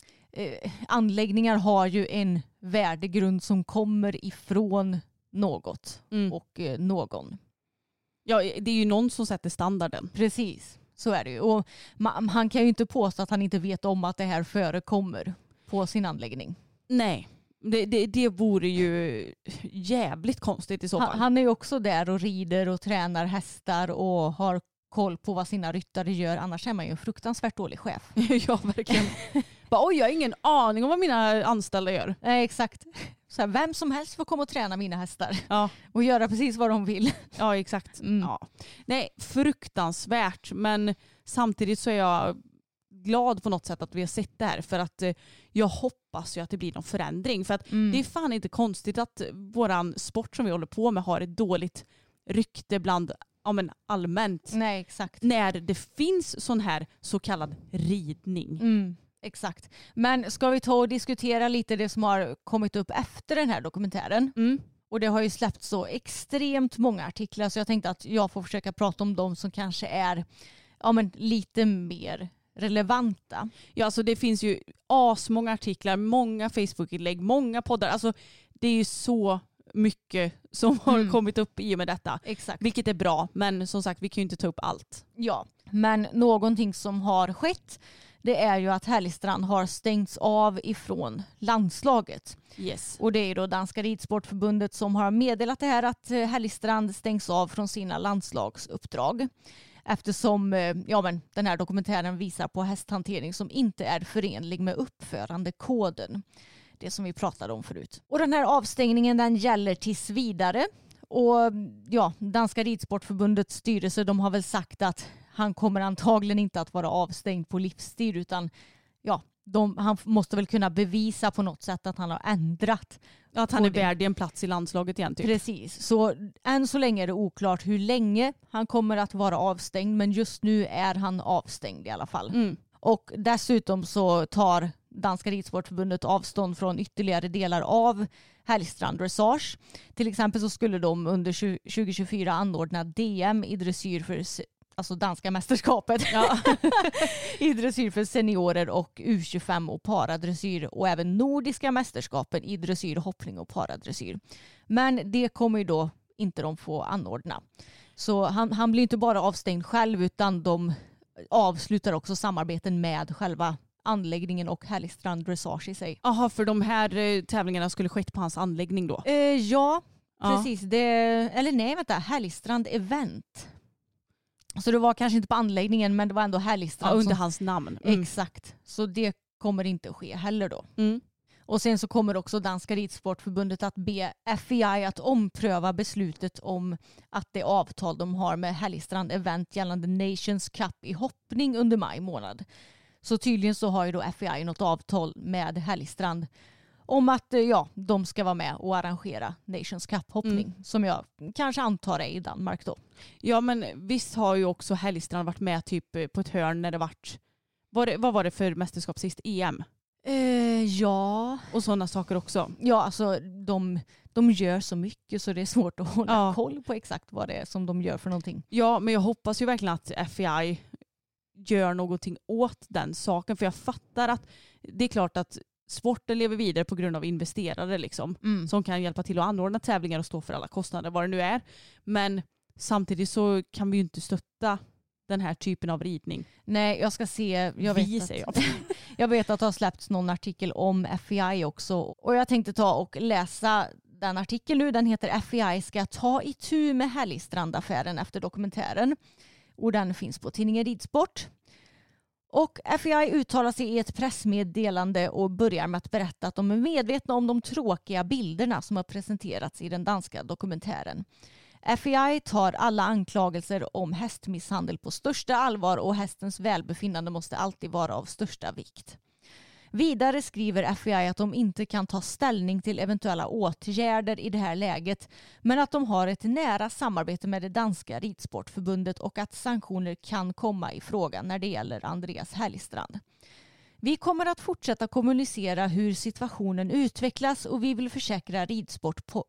eh, anläggningar har ju en värdegrund som kommer ifrån något Mm. och eh, någon. Ja, det är ju någon som sätter standarden. Precis, så är det ju. Och man, han kan ju inte påstå att han inte vet om att det här förekommer på sin anläggning. Nej, det, det, det vore ju jävligt konstigt i så fall. Han, han är ju också där och rider och tränar hästar och har koll på vad sina ryttare gör. Annars är man ju en fruktansvärt dålig chef. Ja, verkligen. Bara, oj, jag har ingen aning om vad mina anställda gör. Nej, exakt. Så här, vem som helst får komma och träna mina hästar. Ja, Och göra precis vad de vill. ja exakt. Mm. Ja. Nej, fruktansvärt. Men samtidigt så är jag glad på något sätt att vi har sett det här. För att eh, jag hoppas ju att det blir någon förändring. För att Mm. det är fan inte konstigt att våran sport som vi håller på med har ett dåligt rykte bland ja, men allmänt. Nej, exakt. När det finns sån här så kallad ridning. Mm, exakt. Men ska vi ta och diskutera lite det som har kommit upp efter den här dokumentären? Mm. Och det har ju släppt så extremt många artiklar, så jag tänkte att jag får försöka prata om dem som kanske är ja, men lite mer relevanta. Ja, alltså det finns ju asmånga artiklar, många Facebook-inlägg, många poddar. Alltså det är ju så mycket som har Mm. kommit upp i och med detta. Exakt. Vilket är bra, men som sagt vi kan ju inte ta upp allt. Ja, men någonting som har skett det är ju att Härligstrand har stängts av ifrån landslaget. Yes. Och det är ju då Danska ridsportförbundet som har meddelat det här, att Härligstrand stängs av från sina landslagsuppdrag. Eftersom ja, men, den här dokumentären visar på hästhantering som inte är förenlig med uppförandekoden. Det som vi pratade om förut. Och den här avstängningen den gäller tills vidare. Och ja, Danska ridsportförbundets styrelse de har väl sagt att han kommer antagligen inte att vara avstängd på livstid, utan ja, de, han måste väl kunna bevisa på något sätt att han har ändrat. Att han är värd en plats i landslaget igen. Typ. Precis, så än så länge är det oklart hur länge han kommer att vara avstängd, men just nu är han avstängd i alla fall. Mm. Och dessutom så tar Danska ridsportförbundet avstånd från ytterligare delar av Härligstrand dressage. Till exempel så skulle de under tjugo tjugofyra anordna D M i dressyr för alltså danska mästerskapet. Ja. I dressyr för seniorer och U tjugofem och paradressyr, och även nordiska mästerskapen i dressyr, hoppning och paradressyr. Men det kommer ju då inte de få anordna. Så han, han blir inte bara avstängd själv, utan de avslutar också samarbeten med själva anläggningen och Härligstrand dressage i sig. Jaha, för de här eh, tävlingarna skulle skett på hans anläggning då? Eh, ja, ja, precis. Det, eller nej, vänta. Härligstrand event. Så det var kanske inte på anläggningen, men det var ändå Härligstrand. Ja, under som, hans namn. Mm. Exakt. Så det kommer inte att ske heller då. Mm. Och sen så kommer också Danska ridsportförbundet att be F I I att ompröva beslutet om att det avtal de har med Härligstrand event gällande Nations Cup i hoppning under maj månad. Så tydligen så har ju då F I I något avtal med Härligstrand om att ja, de ska vara med och arrangera Nations Cup-hoppning. Mm. Som jag kanske antar är i Danmark då. Ja, men visst har ju också Härligstrand varit med typ på ett hörn när det vart... Var det, vad var det för mästerskap sist? E M? Eh, ja. Och sådana saker också. Ja, alltså de, de gör så mycket så det är svårt att hålla ja. koll på exakt vad det är som de gör för någonting. Ja, men jag hoppas ju verkligen att F I I gör någonting åt den saken. För jag fattar att det är klart att sporten lever vidare på grund av investerare liksom, mm. som kan hjälpa till att anordna tävlingar och stå för alla kostnader, vad det nu är. Men samtidigt så kan vi ju inte stötta den här typen av ridning. Nej, jag ska se. Jag vet, vi, att, jag. jag vet att det har släppts någon artikel om F I I också. Och jag tänkte ta och läsa den artikeln nu. Den heter F I I ska ta itu med Härligstrand-affären efter dokumentären. Och den finns på tidningen Ridsport. Och F I I uttalar sig i ett pressmeddelande och börjar med att berätta att de är medvetna om de tråkiga bilderna som har presenterats i den danska dokumentären. F I I tar alla anklagelser om hästmisshandel på största allvar och hästens välbefinnande måste alltid vara av största vikt. Vidare skriver F I I att de inte kan ta ställning till eventuella åtgärder i det här läget, men att de har ett nära samarbete med det danska ridsportförbundet och att sanktioner kan komma i fråga när det gäller Andreas Härligstrand. Vi kommer att fortsätta kommunicera hur situationen utvecklas och vi vill försäkra ridsport på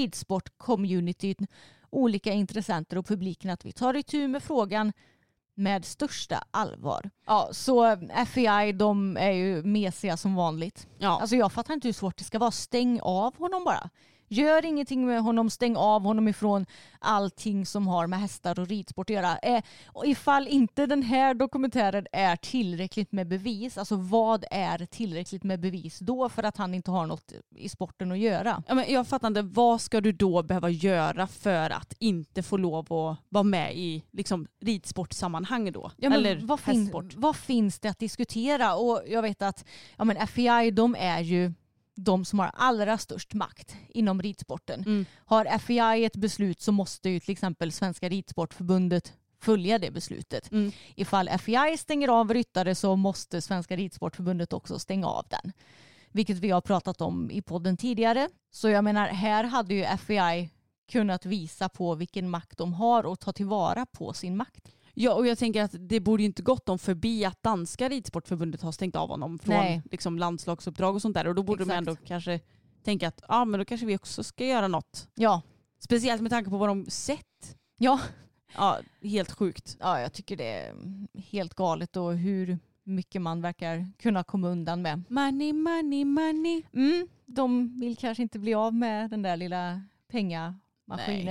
ridsport-communityn, olika intressenter och publiken att vi tar itu med frågan med största allvar. Ja, så F I I, de är ju mesiga som vanligt. Ja. Alltså jag fattar inte hur svårt det ska vara. Stäng av honom bara. Gör ingenting med honom, stäng av honom ifrån allting som har med hästar och ridsport att göra. Eh, och ifall inte den här dokumentären är tillräckligt med bevis, alltså vad är tillräckligt med bevis då för att han inte har något i sporten att göra? Ja, men jag fattar inte, vad ska du då behöva göra för att inte få lov att vara med i liksom, ridsportsammanhang då? Ja, men eller vad, fin- vad finns det att diskutera? Och jag vet att ja, men F I I, de är ju de som har allra störst makt inom ridsporten. Mm. Har F I I ett beslut så måste ju till exempel Svenska ridsportförbundet följa det beslutet. Mm. Ifall F I I stänger av ryttare så måste Svenska ridsportförbundet också stänga av den. Vilket vi har pratat om i podden tidigare. Så jag menar, här hade ju F I I kunnat visa på vilken makt de har och ta tillvara på sin makt. Ja, och jag tänker att det borde ju inte gått dem förbi att danska ridsportförbundet har stängt av honom från liksom, landslagsuppdrag och sånt där. Och då borde Exakt. man ändå kanske tänka att ja, men då kanske vi också ska göra något. Ja. Speciellt med tanke på vad de sett. Ja. Ja, helt sjukt. Ja, jag tycker det är helt galet och hur mycket man verkar kunna komma undan med. Money, money, money. Mm, de vill kanske inte bli av med den där lilla pengamaskinen. Nej.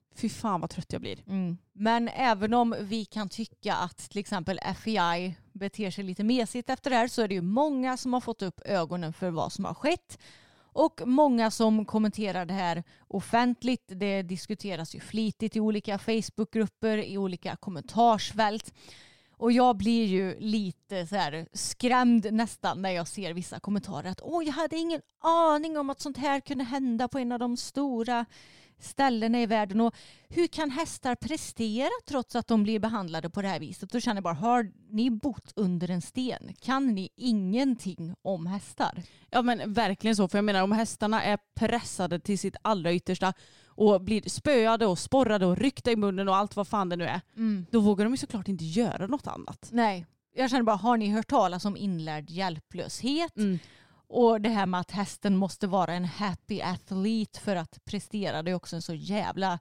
Fy fan vad trött jag blir. Mm. Men även om vi kan tycka att till exempel F B I beter sig lite mesigt efter det här, så är det ju många som har fått upp ögonen för vad som har skett. Och många som kommenterar det här offentligt. Det diskuteras ju flitigt i olika Facebookgrupper, i olika kommentarsfält. Och jag blir ju lite så här skrämd nästan när jag ser vissa kommentarer. Att åh, jag hade ingen aning om att sånt här kunde hända på en av de stora ställena i världen. Och hur kan hästar prestera trots att de blir behandlade på det här viset? Då känner jag bara, har ni bott under en sten? Kan ni ingenting om hästar? Ja men verkligen så. För jag menar, om hästarna är pressade till sitt allra yttersta och blir spöade och sporrade och ryckta i munnen och allt vad fan det nu är. Mm. Då vågar de ju såklart inte göra något annat. Nej, jag känner bara, har ni hört talas om inlärd hjälplöshet? Mm. Och det här med att hästen måste vara en happy athlete för att prestera, det är också en så jävla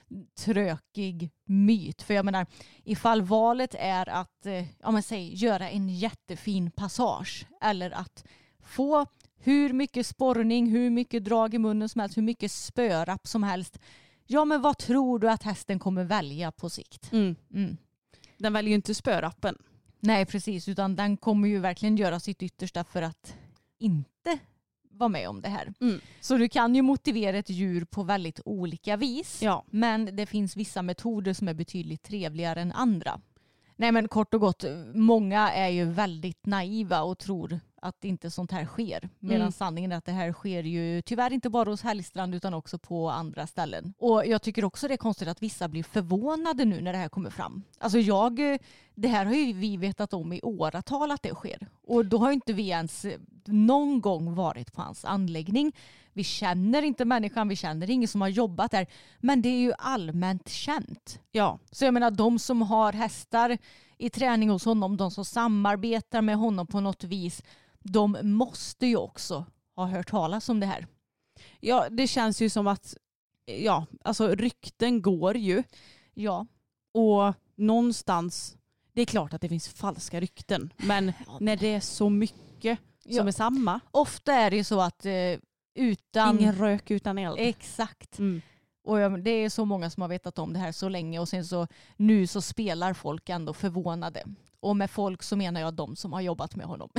trökig myt. För jag menar, ifall valet är att ja, men säg, göra en jättefin passage eller att få hur mycket sporrning, hur mycket drag i munnen som helst, hur mycket spörapp som helst. Ja, men vad tror du att hästen kommer välja på sikt? Mm. Mm. Den väljer ju inte spörappen. Nej, precis. Utan den kommer ju verkligen göra sitt yttersta för att inte vara med om det här. Mm. Så du kan ju motivera ett djur på väldigt olika vis. Ja. Men det finns vissa metoder som är betydligt trevligare än andra. Nej, men kort och gott, många är ju väldigt naiva och tror att inte sånt här sker. Medan mm. sanningen är att det här sker ju tyvärr inte bara hos Hellstrand utan också på andra ställen. Och jag tycker också det är konstigt att vissa blir förvånade nu när det här kommer fram. Alltså jag, det här har ju vi vetat om i åratal att det sker. Och då har inte vi ens någon gång varit på hans anläggning. Vi känner inte människan, vi känner ingen som har jobbat där. Men det är ju allmänt känt. Ja. Så jag menar, de som har hästar i träning hos honom, de som samarbetar med honom på något vis, de måste ju också ha hört talas om det här. Ja, det känns ju som att ja, alltså rykten går ju. Ja. Och någonstans, det är klart att det finns falska rykten. Men när det är så mycket som ja. är samma. Ofta är det ju så att eh, utan... Ingen rök utan eld. Exakt. Mm. Och ja, det är så många som har vetat om det här så länge. Och sen så nu så spelar folk ändå förvånade. Och med folk så menar jag de som har jobbat med honom.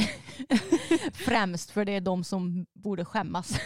Främst, för det är de som borde skämmas.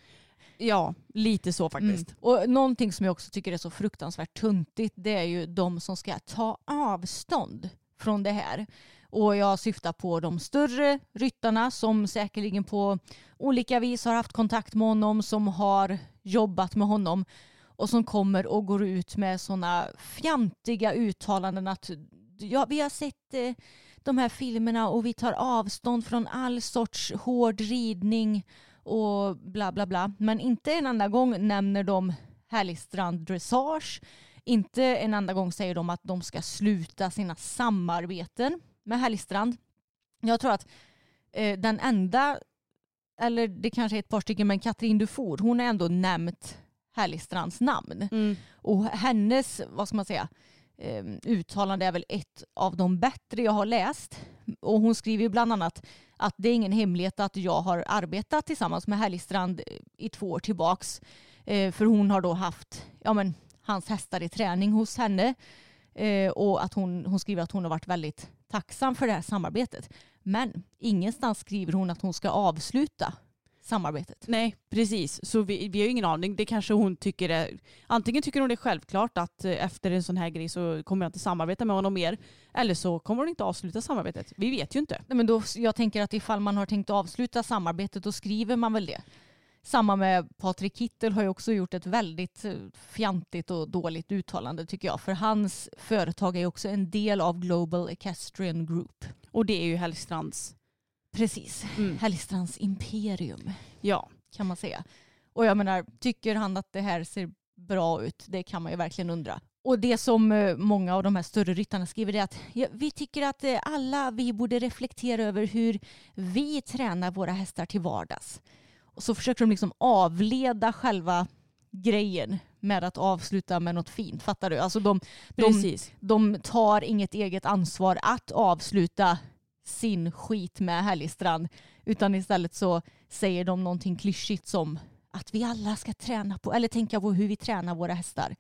Ja, lite så faktiskt. Mm. Och någonting som jag också tycker är så fruktansvärt tuntigt, det är ju de som ska ta avstånd från det här. Och jag syftar på de större ryttarna som säkerligen på olika vis har haft kontakt med honom, som har jobbat med honom och som kommer och går ut med sådana fjantiga uttalanden att ja, vi har sett eh, de här filmerna och vi tar avstånd från all sorts hård ridning och bla bla bla. Men inte en enda gång nämner de Hellstrand dressage. Inte en enda gång säger de att de ska sluta sina samarbeten med Hellstrand. Jag tror att eh, den enda, eller det kanske är ett par stycken, men Katrin Dufour, hon har ändå nämnt Hellstrands namn. Mm. Och hennes, vad ska man säga, Um, uttalande är väl ett av de bättre jag har läst. Och hon skriver ju bland annat att det är ingen hemlighet att jag har arbetat tillsammans med Hellstrand i två år tillbaks. Uh, för hon har då haft ja, men, hans hästar i träning hos henne. Uh, och att hon, hon skriver att hon har varit väldigt tacksam för det här samarbetet. Men ingenstans skriver hon att hon ska avsluta samarbetet. Nej, precis. Så vi, vi har ju ingen aning. Det kanske hon tycker är... Antingen tycker hon det är självklart att efter en sån här grej så kommer jag inte samarbeta med honom mer. Eller så kommer hon inte avsluta samarbetet. Vi vet ju inte. Nej, men då, jag tänker att ifall man har tänkt avsluta samarbetet, då skriver man väl det. Samma med Patrik Kittel har ju också gjort ett väldigt fjantigt och dåligt uttalande tycker jag. För hans företag är också en del av Global Equestrian Group. Och det är ju Hellstrands... Precis. Mm. Hellstrands imperium. Ja, kan man säga. Och jag menar, tycker han att det här ser bra ut? Det kan man ju verkligen undra. Och det som många av de här större ryttarna skriver är att ja, vi tycker att alla vi borde reflektera över hur vi tränar våra hästar till vardags. Och så försöker de liksom avleda själva grejen med att avsluta med något fint. Fattar du? Alltså de, de, de tar inget eget ansvar att avsluta sin skit med Hellstrand, utan istället så säger de någonting klyschigt som att vi alla ska träna på, eller tänka på hur vi tränar våra hästar.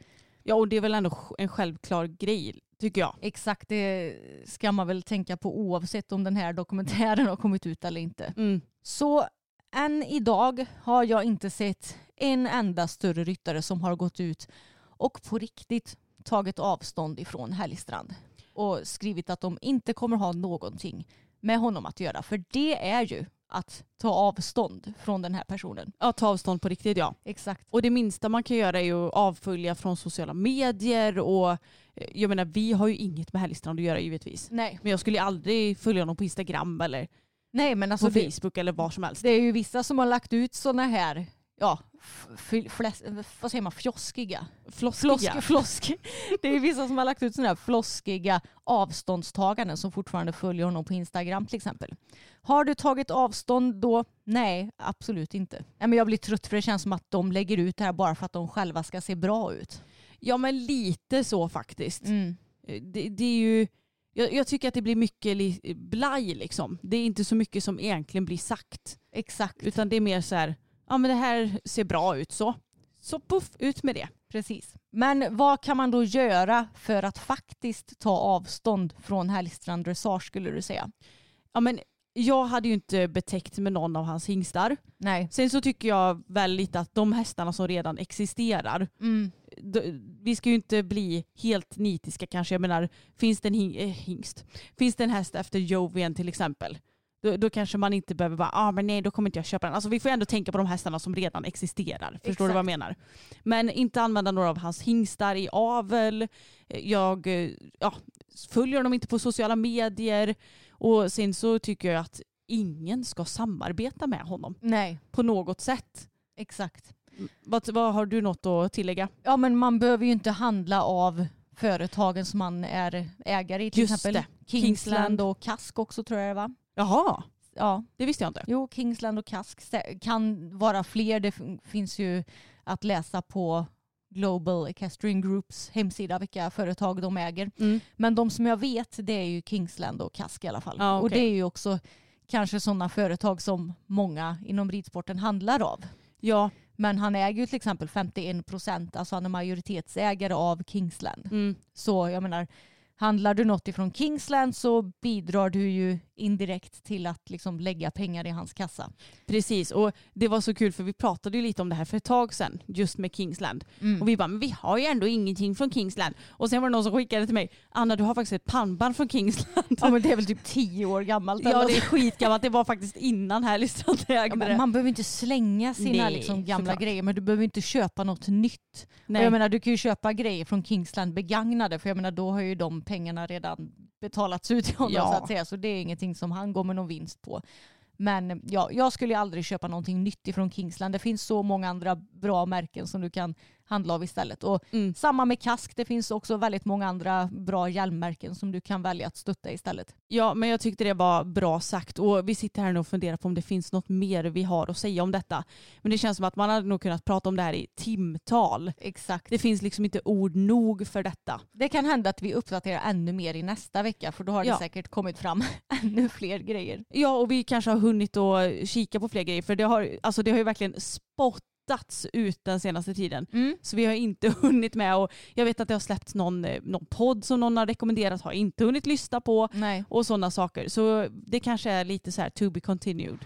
Ja, och det är väl ändå en självklar grej, tycker jag. Exakt, det ska man väl tänka på oavsett om den här dokumentären har kommit ut eller inte. Mm. Så än idag har jag inte sett en enda större ryttare som har gått ut och på riktigt tagit avstånd ifrån Hellstrand och skrivit att de inte kommer ha någonting med honom att göra. För det är ju att ta avstånd från den här personen. Ja, ta avstånd på riktigt, ja. Exakt. Och det minsta man kan göra är ju att avfölja från sociala medier och jag menar, vi har ju inget med Hellstrand att göra givetvis. Nej. Men jag skulle aldrig följa honom på Instagram eller Nej, men alltså på det, Facebook eller var som helst. det är ju vissa som har lagt ut såna här, ja, f- fläs, vad säger man, fjoskiga? Floskiga. Flosk, flosk. Det är ju vissa som har lagt ut såna här floskiga avståndstaganden som fortfarande följer honom på Instagram till exempel. Har du tagit avstånd då? Nej, absolut inte. Nej, men jag blir trött för det känns som att de lägger ut det här bara för att de själva ska se bra ut. Ja, men lite så faktiskt. Mm. Det, det är ju... Jag, jag tycker att det blir mycket li, blaj liksom. Det är inte så mycket som egentligen blir sagt. Exakt. Utan det är mer så här, ja men det här ser bra ut så. Så puff, ut med det. Precis. Men vad kan man då göra för att faktiskt ta avstånd från Hellstrand dressage skulle du säga? Ja, men jag hade ju inte betäckt med någon av hans hingstar. Nej. Sen så tycker jag väl lite att de hästarna som redan existerar, Mm. d- vi ska ju inte bli helt nitiska kanske. Jag menar, finns det en hing- eh, hingst? Finns det en häst efter Jovian till exempel? Då, då kanske man inte behöver bara, ah, men nej, då kommer inte jag köpa den. Alltså vi får ändå tänka på de hästarna som redan existerar. Förstår Exakt. du vad jag menar? Men inte använda några av hans hingstar i avel. Jag ja, följer dem inte på sociala medier. Och sen så tycker jag att ingen ska samarbeta med honom Nej, på något sätt. exakt. Vad, vad har du något att tillägga? Ja, men man behöver ju inte handla av företagen som man är ägare i. Till Just exempel det. Kingsland, Kingsland. och Kask också tror jag det var. Jaha, Ja, det visste jag inte. jo, Kingsland och Kask kan vara fler. Det f- finns ju att läsa på Global Equestrian Groups hemsida vilka företag de äger. Mm. Men de som jag vet, det är ju Kingsland och Kask i alla fall. Ja, Och okej. det är ju också kanske sådana företag som många inom ridsporten handlar av. Ja, Men han äger ju till exempel femtioen procent, alltså han är majoritetsägare av Kingsland. mm. Så jag menar, handlar du något ifrån Kingsland så bidrar du ju indirekt till att liksom lägga pengar i hans kassa. Precis. Och det var så kul för vi pratade ju lite om det här för ett tag sedan just med Kingsland. Mm. Och vi bara, men vi har ju ändå ingenting från Kingsland. Och sen var det någon som skickade till mig, Anna du har faktiskt ett pannband från Kingsland. Ja, men det är väl typ tio år gammalt. Ja, eller? det är skitgammalt. Det var faktiskt innan Hellstrand ägde Ja, men det. man behöver inte slänga sina Nej, liksom, gamla såklart. grejer, men du behöver inte köpa något nytt. Och Nej. jag menar, du kan ju köpa grejer från Kingsland begagnade, för jag menar, då har ju de pengarna redan betalats ut till honom Ja. så att säga. Så det är ingenting som han går med någon vinst på. Men ja, jag skulle ju aldrig köpa någonting nytt ifrån Kingsland. Det finns så många andra bra märken som du kan handla av istället. Och Mm. samma med Kask, det finns också väldigt många andra bra hjälmmärken som du kan välja att stötta istället. Ja, men jag tyckte det var bra sagt. Och vi sitter här nu och funderar på om det finns något mer vi har att säga om detta. Men det känns som att man hade nog kunnat prata om det här i timtal. Exakt. Det finns liksom inte ord nog för detta. Det kan hända att vi uppdaterar ännu mer i nästa vecka, för då har det Ja. säkert kommit fram ännu fler grejer. Ja, och vi kanske har hunnit att kika på fler grejer. För det har, alltså det har ju verkligen spottats ut den senaste tiden. Mm. Så vi har inte hunnit med. Och jag vet att det har släppts någon, eh, någon podd som någon har rekommenderat. Har inte hunnit lyssna på. Nej. Och sådana saker. Så det kanske är lite så här to be continued.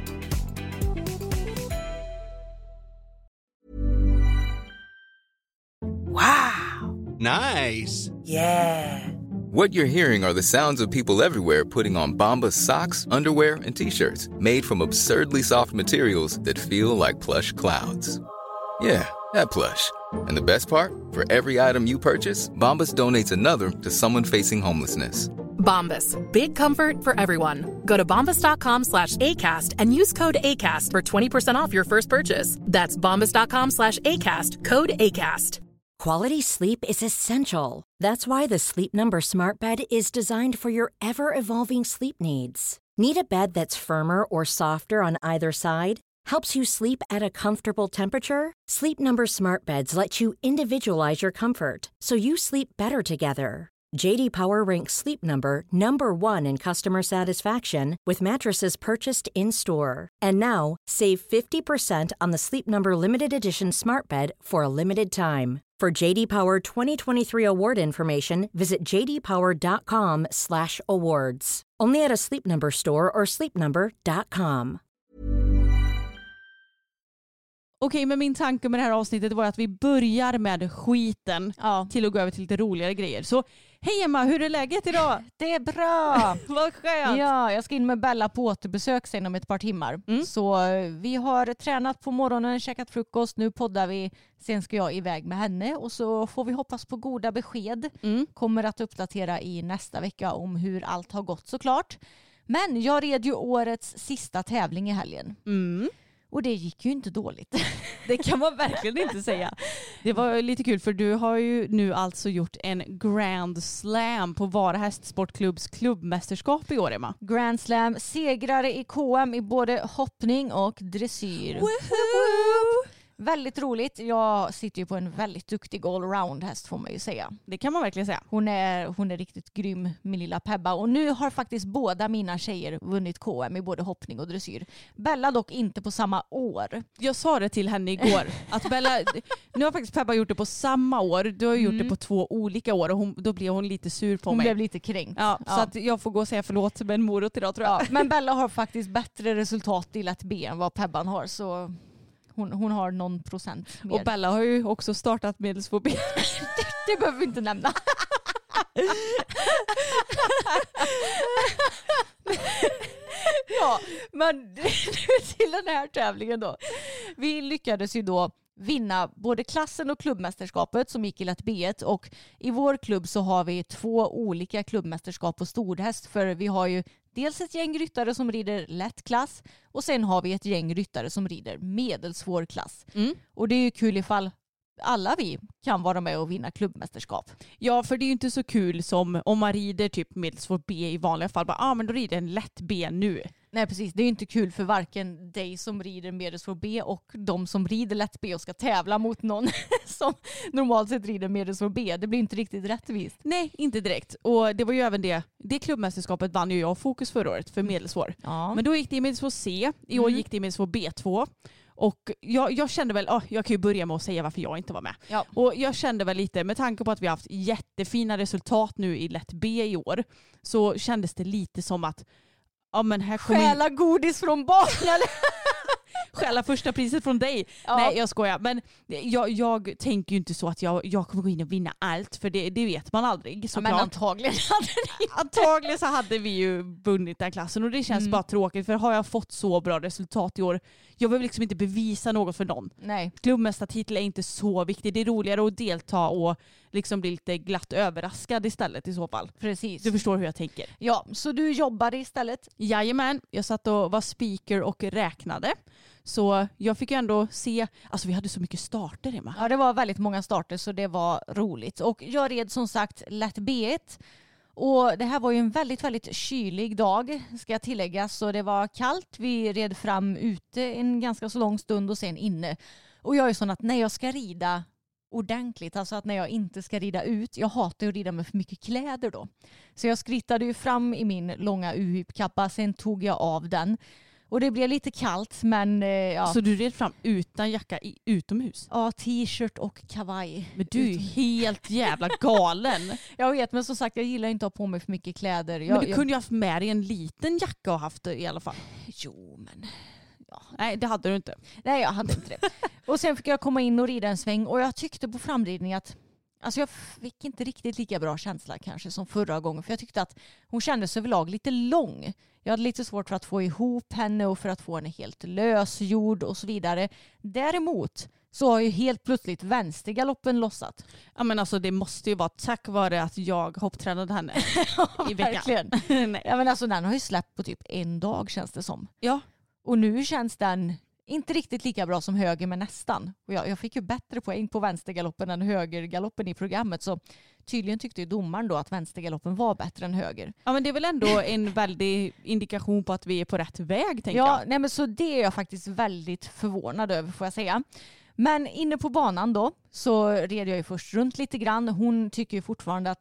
Nice. What you're hearing are the sounds of people everywhere putting on Bombas socks, underwear, and T-shirts made from absurdly soft materials that feel like plush clouds. Yeah, that plush. And the best part? For every item you purchase, Bombas donates another to someone facing homelessness. Bombas. Big comfort for everyone. Go to bombas.com slash ACAST and use code ACAST for twenty percent off your first purchase. That's bombas.com slash ACAST. Code ACAST. Quality sleep is essential. That's why the Sleep Number Smart Bed is designed for your ever-evolving sleep needs. Need a bed that's firmer or softer on either side? Helps you sleep at a comfortable temperature? Sleep Number Smart Beds let you individualize your comfort so you sleep better together. J D Power ranks Sleep Number number one in customer satisfaction with mattresses purchased in-store. And now, save fifty percent on the Sleep Number Limited Edition Smart Bed for a limited time. For J D Power twenty twenty-three award information, visit j d power dot com slash awards. Only at a Sleep Number store or sleep number dot com. Okej, men min tanke med det här avsnittet var att vi börjar med skiten Ja. till att gå över till lite roligare grejer. Så hej Emma, hur är läget idag? Det är bra! Vad skönt! Ja, jag ska in med Bella på återbesök sen om ett par timmar. Mm. Så eh, vi har tränat på morgonen, käkat frukost, nu poddar vi. Sen ska jag iväg med henne och så får vi hoppas på goda besked. Mm. Kommer att uppdatera i nästa vecka om hur allt har gått såklart. Men jag red ju årets sista tävling i helgen. Mm. Och det gick ju inte dåligt. Det kan man verkligen inte säga. Det var lite kul för du har ju nu alltså gjort en Grand Slam på Vara Hästsportklubbs klubbmästerskap i år, Emma. Grand Slam, segrare i K M i både hoppning och dressyr. Woohoo! Väldigt roligt. Jag sitter ju på en väldigt duktig allround häst får man ju säga. Det kan man verkligen säga. Hon är, hon är riktigt grym, min lilla Pebba. Och nu har faktiskt båda mina tjejer vunnit K M i både hoppning och dressyr. Bella dock inte på samma år. Jag sa det till henne igår. Att Bella, nu har faktiskt Pebba gjort det på samma år. Du har gjort Mm. det på två olika år och hon, då blev hon lite sur på Hon mig. blev lite kränkt. Ja, så att jag får gå och säga förlåt med en morot idag tror jag. Ja, men Bella har faktiskt bättre resultat i lätt B än vad Pebban har. Så hon, hon har någon procent mer. Och Bella har ju också startat medelsfobi. Det behöver vi inte nämna. Ja, men till den här tävlingen då. Vi lyckades ju då vinna både klassen och klubbmästerskapet som gick i lätt B ett, och i vår klubb så har vi två olika klubbmästerskap på storhäst, för vi har ju dels ett gäng ryttare som rider lätt klass och sen har vi ett gäng ryttare som rider medelsvår klass. Mm. Och det är ju kul ifall alla vi kan vara med och vinna klubbmästerskap. Ja, för det är ju inte så kul som om man rider typ medelsvår B i vanliga fall. Bara, ah, men då rider en lätt B nu. Nej precis, det är ju inte kul för varken dig som rider medelsvår B och de som rider lätt B och ska tävla mot någon som normalt sett rider medelsvår B. Det blir inte riktigt rättvist. Nej, inte direkt. Och det var ju även det. Det klubbmästerskapet vann ju jag Fokus förra året för medelsvår. Ja. Men då gick det i medelsvår C. I år Mm. gick det i medelsvår B två. Och jag, jag kände väl, oh, jag kan ju börja med att säga varför jag inte var med. Ja. Och jag kände väl lite, med tanke på att vi har haft jättefina resultat nu i lätt B i år, så kändes det lite som att ja, men här kommer Stjäla godis från barn. stjäla första priset från dig. Ja. Nej, jag skojar. Men jag, jag tänker ju inte så att jag, jag kommer gå in och vinna allt, för det, det vet man aldrig. Ja, Såklart. men antagligen hade ni. Antagligen så hade vi ju vunnit den klassen och det känns Mm. bara tråkigt, för har jag fått så bra resultat i år, jag behöver liksom inte bevisa något för någon. Nej. Klubbmästartitel är inte så viktigt. Det är roligare att delta och liksom bli lite glatt överraskad istället i så fall. Precis. Du förstår hur jag tänker. Ja, så du jobbade istället? Jajamän, jag satt och var speaker och räknade. Så jag fick ju ändå se, alltså vi hade så mycket starter, Emma. Ja, det var väldigt många starter så det var roligt. Och jag red som sagt lätt B ett. Och det här var ju en väldigt, väldigt kylig dag ska jag tillägga. Så det var kallt. Vi red fram ute en ganska så lång stund och sen inne. Och jag är sån att när jag ska rida ordentligt, alltså att när jag inte ska rida ut, jag hatar att rida med för mycket kläder då. Så jag skrittade ju fram i min långa U-hyppkappa, sen tog jag av den. Och det blev lite kallt, men eh, ja. Så du red fram utan jacka i, utomhus? Ja, t-shirt och kavaj. Men du är ju helt jävla galen. Jag vet, men som sagt, jag gillar inte att ha på mig för mycket kläder. Jag, Men du jag... kunde ju haft med dig en liten jacka och haft det i alla fall. Jo, men... Ja. Nej, det hade du inte. Nej, jag hade inte det. Och sen fick jag komma in och rida en sväng och jag tyckte på framridning att alltså jag fick inte riktigt lika bra känsla kanske som förra gången, för jag tyckte att hon kändes överlag lite lång. Jag hade lite svårt för att få ihop henne och för att få henne helt lösgjord och så vidare. Däremot så har ju helt plötsligt vänstergaloppen lossat. Ja, men alltså det måste ju vara tack vare att jag hopptränade henne i veckan. Verkligen. Nej. Ja, men alltså den har ju släppt på typ en dag känns det som. Ja. Och nu känns den inte riktigt lika bra som höger, men nästan. Och jag, jag fick ju bättre poäng på vänstergaloppen än högergaloppen i programmet. Så tydligen tyckte ju domaren då att vänstergaloppen var bättre än höger. Ja, men det är väl ändå en väldig indikation på att vi är på rätt väg, tänker Ja, jag. nej, men så det är jag faktiskt väldigt förvånad över, får jag säga. Men inne på banan då så red jag ju först runt lite grann. Hon tycker ju fortfarande att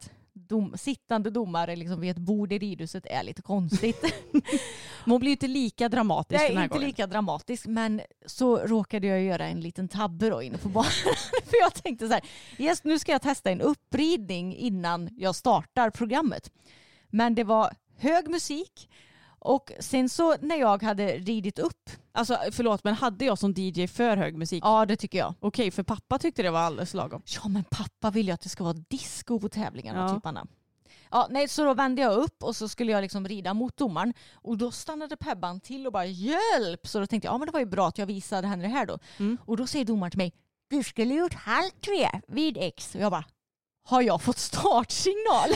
dom, sittande domare liksom vid ett bord i ridhuset är lite konstigt. Men hon blir inte lika dramatisk den här Nej, inte gången. lika dramatisk, men så råkade jag göra en liten tabbe då inne på banan. För jag tänkte så här, yes, nu ska jag testa en uppridning innan jag startar programmet. Men det var hög musik. Och sen så när jag hade ridit upp. Alltså förlåt, men hade jag som D J för hög musik? Ja, det tycker jag. Okej, för pappa tyckte det var alldeles lagom. Ja, men pappa vill ju att det ska vara disco på tävlingarna. Ja. Typ Anna. Ja, nej, så då vände jag upp och så skulle jag liksom rida mot domaren. Och då stannade Pebban till och bara hjälp. Så då tänkte jag, ja men det var ju bra att jag visade henne det här då. Mm. Och då säger domaren till mig, du skulle gjort halv tre vid X. Och jag bara, har jag fått startsignal?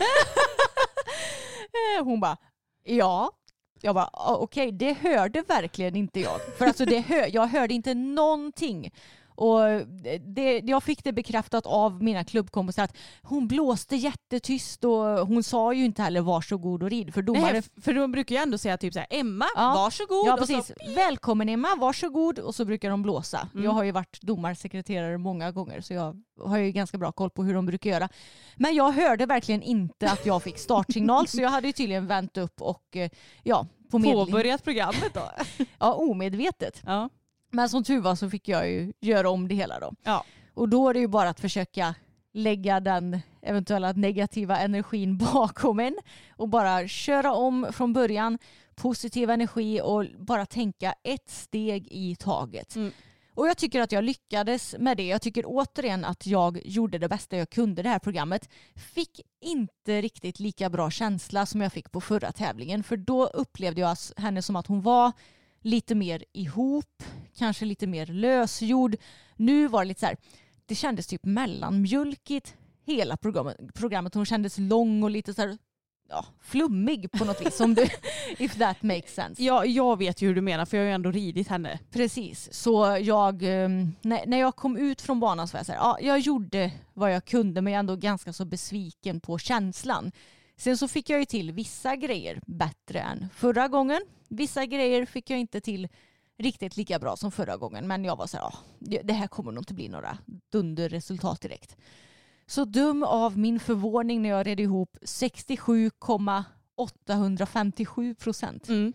Hon bara, ja. Jag bara, okej, okay, det hörde verkligen inte jag. För alltså det hör, jag hörde inte någonting. Och det, jag fick det bekräftat av mina klubbkompisar att hon blåste jättetyst och hon sa ju inte heller varsågod och rid. För, domare... Nej, för de brukar ju ändå säga typ så här, Emma, ja, varsågod. Ja, precis. Så... Välkommen Emma, varsågod. Och så brukar de blåsa. Mm. Jag har ju varit domarsekreterare många gånger så jag har ju ganska bra koll på hur de brukar göra. Men jag hörde verkligen inte att jag fick startsignal så jag hade ju tydligen vänt upp och ja, på medling... Påbörjat programmet då? Ja, omedvetet. Ja. Men som tur var så fick jag ju göra om det hela då. Ja. Och då är det ju bara att försöka lägga den eventuella negativa energin bakom en och bara köra om från början, positiv energi och bara tänka ett steg i taget. Mm. Och jag tycker att jag lyckades med det. Jag tycker återigen att jag gjorde det bästa jag kunde det här programmet. Fick inte riktigt lika bra känsla som jag fick på förra tävlingen. För då upplevde jag henne som att hon var lite mer ihop, kanske lite mer lösgjord. Nu var det lite så här, det kändes typ mellanmjölkigt hela programmet. programmet. Hon kändes lång och lite så här, ja, flummig på något vis. Om du, if that makes sense. Ja, jag vet ju hur du menar för jag har ju ändå ridit henne. Precis, så jag, när, när jag kom ut från banan så var jag så här, ja, jag gjorde vad jag kunde men jag är ändå ganska så besviken på känslan. Sen så fick jag ju till vissa grejer bättre än förra gången. Vissa grejer fick jag inte till riktigt lika bra som förra gången. Men jag var så här, ja, det här kommer nog inte bli några dunderresultat direkt. Så dum av min förvåning när jag red ihop sextiosju komma åttahundrafemtiosju procent. Mm.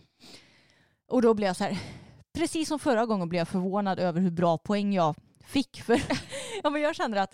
Och då blev jag så här, precis som förra gången blev jag förvånad över hur bra poäng jag fick. För ja, men jag känner att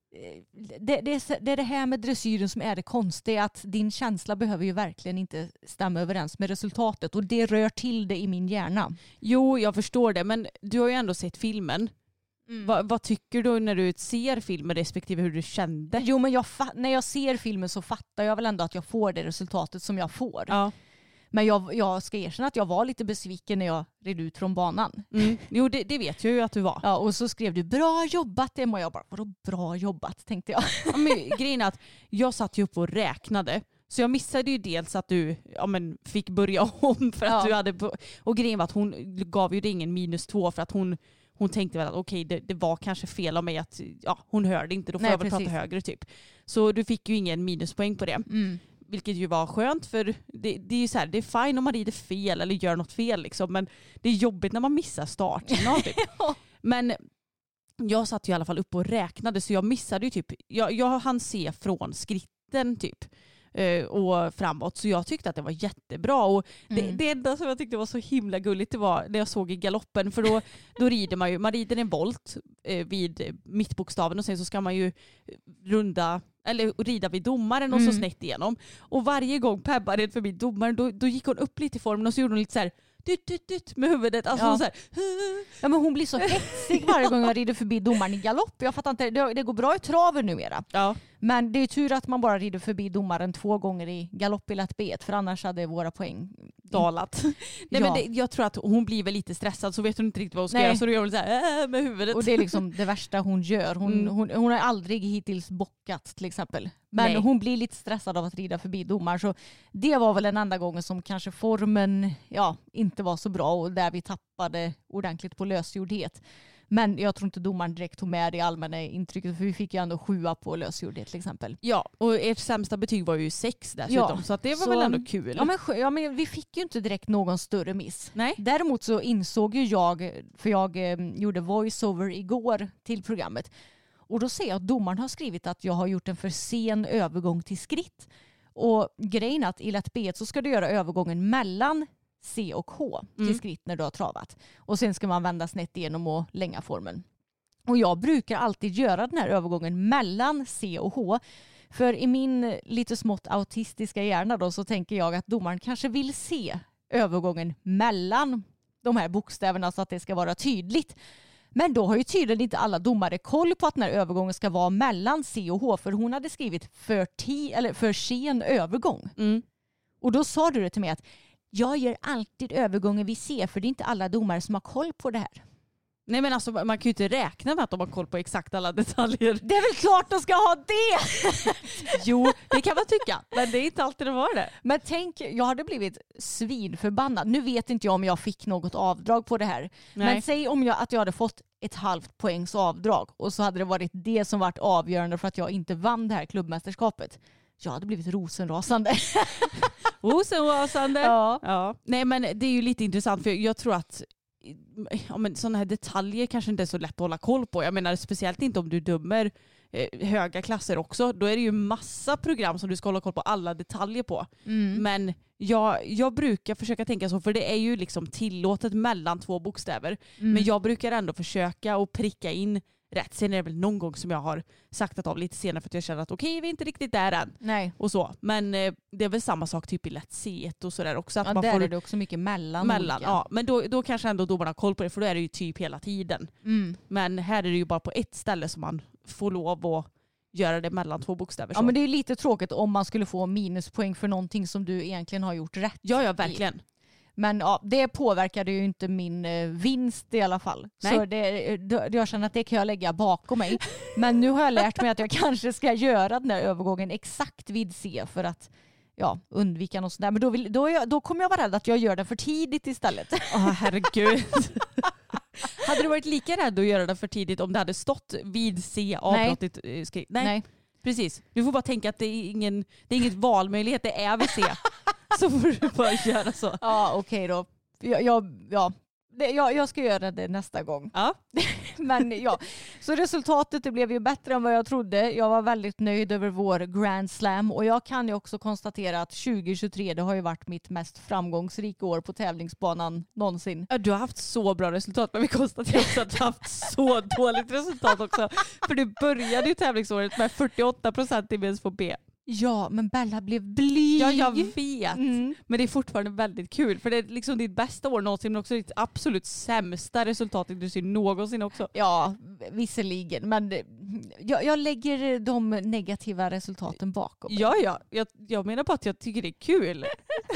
Det, det, det är det här med dressyren som är det konstiga, att din känsla behöver ju verkligen inte stämma överens med resultatet och det rör till det i min hjärna. Jo, jag förstår det, men du har ju ändå sett filmen. Mm. Va, vad tycker du när du ser filmen respektive hur du kände? Jo, men jag, när jag ser filmen så fattar jag väl ändå att jag får det resultatet som jag får. Ja. Men jag, jag ska erkänna att jag var lite besviken när jag red ut från banan. Mm. Jo, det, det vet jag ju att du var. Ja, och så skrev du, bra jobbat det. Och jag bara, vadå bra jobbat, tänkte jag. Ja, men grejen är att jag satt ju upp och räknade. Så jag missade ju dels att du ja, men, fick börja om för att ja. du hade... Och grejen var att hon gav ju ingen minus två för att hon, hon tänkte väl att okej, okay, det, det var kanske fel av mig att ja, hon hörde inte. Då får Nej, jag väl precis. prata högre typ. Så du fick ju ingen minuspoäng på det. Mm. Vilket ju var skönt för det, det är ju så här, det är fine om man rider fel eller gör något fel liksom, men det är jobbigt när man missar startsignal typ. Ja. Men jag satt ju i alla fall upp och räknade så jag missade ju typ, jag, jag hann se från skritten typ och framåt så jag tyckte att det var jättebra och det, mm. det enda som jag tyckte var så himla gulligt det var när jag såg i galoppen för då, då rider man ju, man rider en volt eh, vid mittbokstaven och sen så ska man ju runda eller rida vid domaren och mm. så snett igenom. Och varje gång Pebba red förbi domaren då, då gick hon upp lite i formen och så gjorde hon lite så här dytt, dytt, dytt med huvudet. Alltså ja. så här. Ja, men hon blir så hetsig varje gång jag rider förbi domaren i galopp. Jag fattar inte, det, det går bra i traven numera. Ja. Men det är tur att man bara rider förbi domaren två gånger i galopp i lätt bet för annars hade våra poäng dalat. Nej, ja. men det, jag tror att hon blir väl lite stressad så vet hon inte riktigt vad hon ska Nej. göra så då gör hon så här äh, med huvudet. Och det är liksom det värsta hon gör. Hon, mm. hon, hon har aldrig hittills bockat till exempel. Men Nej. hon blir lite stressad av att rida förbi domaren så det var väl den enda gången som kanske formen ja, inte var så bra och där vi tappade ordentligt på lösgjordhet. Men jag tror inte domaren direkt tog med det allmänna intrycket för vi fick ju ändå sjua på lösgjordhet till exempel. Ja, och ert sämsta betyg var ju sex dessutom ja, så att det var så, väl ändå kul. Ja men, ja men vi fick ju inte direkt någon större miss. Nej. Däremot så insåg ju jag, för jag eh, gjorde voiceover igår till programmet Och då ser jag att domaren har skrivit att jag har gjort en för sen övergång till skritt. Och grejen är att i lätt B ett så ska du göra övergången mellan C och H till Mm. skritt när du har travat. Och sen ska man vända snett igenom och länga formen. Och jag brukar alltid göra den här övergången mellan C och H. För i min lite smått autistiska hjärna då så tänker jag att domaren kanske vill se övergången mellan de här bokstäverna så att det ska vara tydligt. Men då har ju tydligen inte alla domare koll på att den här övergången ska vara mellan C och H. För hon hade skrivit för, ti- eller för sen övergång. Mm. Och då sa du det till mig att jag gör alltid övergången vid C för det är inte alla domare som har koll på det här. Nej men alltså man kan ju inte räkna med att de har koll på exakt alla detaljer. Det är väl klart de ska ha det! Jo, det kan man tycka. Men det är inte alltid det var det. Men tänk, jag hade blivit svinförbannad. Nu vet inte jag om jag fick något avdrag på det här. Nej. Men säg om jag, att jag hade fått ett halvt poängs avdrag och så hade det varit det som varit avgörande för att jag inte vann det här klubbmästerskapet. Jag hade blivit rosenrasande. Rosenrasande. Ja. Ja. Nej men det är ju lite intressant för jag tror att ja, men sådana här detaljer kanske inte är så lätt att hålla koll på. Jag menar speciellt inte om du dömer eh, höga klasser också. Då är det ju massa program som du ska hålla koll på alla detaljer på. Mm. Men jag, jag brukar försöka tänka så för det är ju liksom tillåtet mellan två bokstäver. Mm. Men jag brukar ändå försöka att pricka in rätt. Sen är det väl någon gång som jag har saktat av lite senare för att jag känner att okej, okay, vi är inte riktigt där än. Nej. Och så. Men eh, det är väl samma sak typ i lätt C ett och sådär också. Att Ja, man där får är det också mycket mellan, mellan. olika. Ja, men då, då kanske ändå domarna har koll på det för då är det ju typ hela tiden. Mm. Men här är det ju bara på ett ställe som man får lov att göra det mellan två bokstäver. Så. Ja men det är lite tråkigt om man skulle få minuspoäng för någonting som du egentligen har gjort rätt. Ja, ja, verkligen. Men ja, det påverkade ju inte min eh, vinst i alla fall. Nej. Så det, det, jag känner att det kan jag lägga bakom mig. Men nu har jag lärt mig att jag kanske ska göra den här övergången exakt vid C för att ja, undvika något sånt där. Men då, vill, då, är jag, då kommer jag vara rädd att jag gör det för tidigt istället. Åh, herregud. Hade du varit lika rädd att göra det för tidigt om det hade stått vid C avbrottet eh, skrift? Nej. Nej. Precis. Du får bara tänka att det är ingen det är inget valmöjlighet, det är vid C. Så får du bara göra så. Ja, okej okay då. Jag, jag, ja. Det, jag, jag ska göra det nästa gång. Ja. Men ja, så resultatet det blev ju bättre än vad jag trodde. Jag var väldigt nöjd över vår Grand Slam och jag kan ju också konstatera att tjugo tjugotre det har ju varit mitt mest framgångsrika år på tävlingsbanan någonsin. Ja, du har haft så bra resultat men vi konstaterar också att du har haft så dåligt resultat också. För du började ju tävlingsåret med fyrtioåtta procent i B S F B. Ja, men Bella blev blyg. Ja, jag vet. Mm. Men det är fortfarande väldigt kul. För det är liksom ditt bästa år någonsin men också ditt absolut sämsta resultat du ser någonsin också. Ja, visserligen. Men det, jag, jag lägger de negativa resultaten bakom mig. Ja, ja. Jag, jag menar bara att jag tycker det är kul.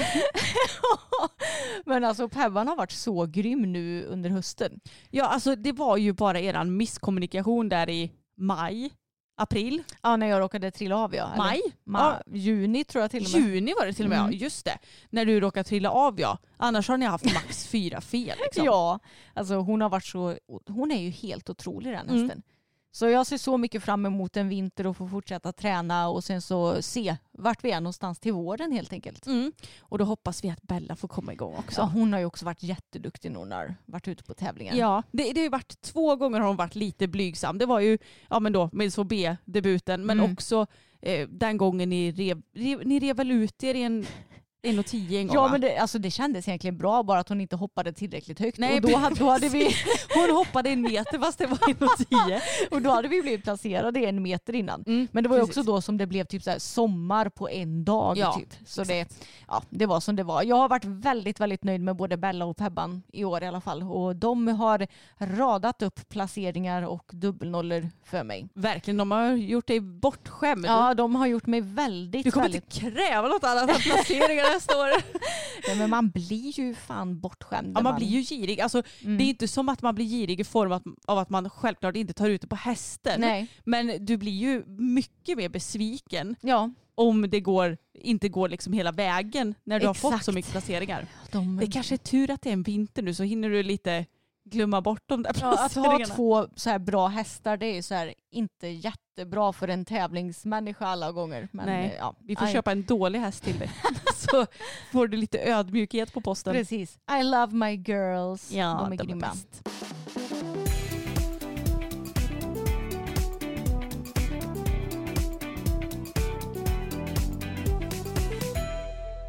Men alltså Pebban har varit så grym nu under hösten. Ja, alltså det var ju bara eran misskommunikation där i maj. April? Ja, när jag råkade trilla av, ja. Eller? Maj? Ma- ja. Juni tror jag till och med. Juni var det till och med, mm. ja. Just det. När du råkade trilla av, ja. Annars har ni haft max fyra fel. Liksom. Ja, alltså hon har varit så... Hon är ju helt otrolig den hästen. Mm. Så jag ser så mycket fram emot en vinter och få fortsätta träna och sen så se vart vi är någonstans till våren helt enkelt. Mm. Och då hoppas vi att Bella får komma igång också. Ja, hon har ju också varit jätteduktig när hon har varit ute på tävlingar. Ja, det, det har ju varit två gånger har hon varit lite blygsam. Det var ju ja, men då, med S H B-debuten men mm. också eh, den gången ni rev, rev, ni rev väl ut er i en... en och tio en gång, ja, va? men det, alltså det kändes egentligen bra bara att hon inte hoppade tillräckligt högt. Nej, och då hade, då hade vi... Hon hoppade en meter fast det var en och tio. Och då hade vi blivit placerade en meter innan. Mm, men det var ju också då som det blev typ så här sommar på en dag. Ja, typ. Så det, ja, det var som det var. Jag har varit väldigt, väldigt nöjd med både Bella och Pebban i år i alla fall. Och de har radat upp placeringar och dubbelnollor för mig. Verkligen, de har gjort dig bortskämd. Ja, de har gjort mig väldigt... Du kommer väldigt... inte kräva något annat än placeringar nästa år. Nej, men man blir ju fan bortskämd. Ja, man, man blir ju girig. Alltså, mm. Det är inte som att man blir girig i form av, av att man självklart inte tar ut det på hästen. Nej. Men du blir ju mycket mer besviken. Ja. Om det går, inte går liksom hela vägen när du Exakt. har fått så mycket placeringar. De... Det kanske är tur att det är en vinter nu så hinner du lite glömma bort de där placeringarna. Ja, att ha två så här bra hästar det är ju så här inte jättebra för en tävlingsmänniska alla gånger. Men, Nej, ja. vi får I... köpa en dålig häst till dig. Så får du lite ödmjukhet på posten. Precis. I love my girls. Ja, de är de grymma. Är bäst.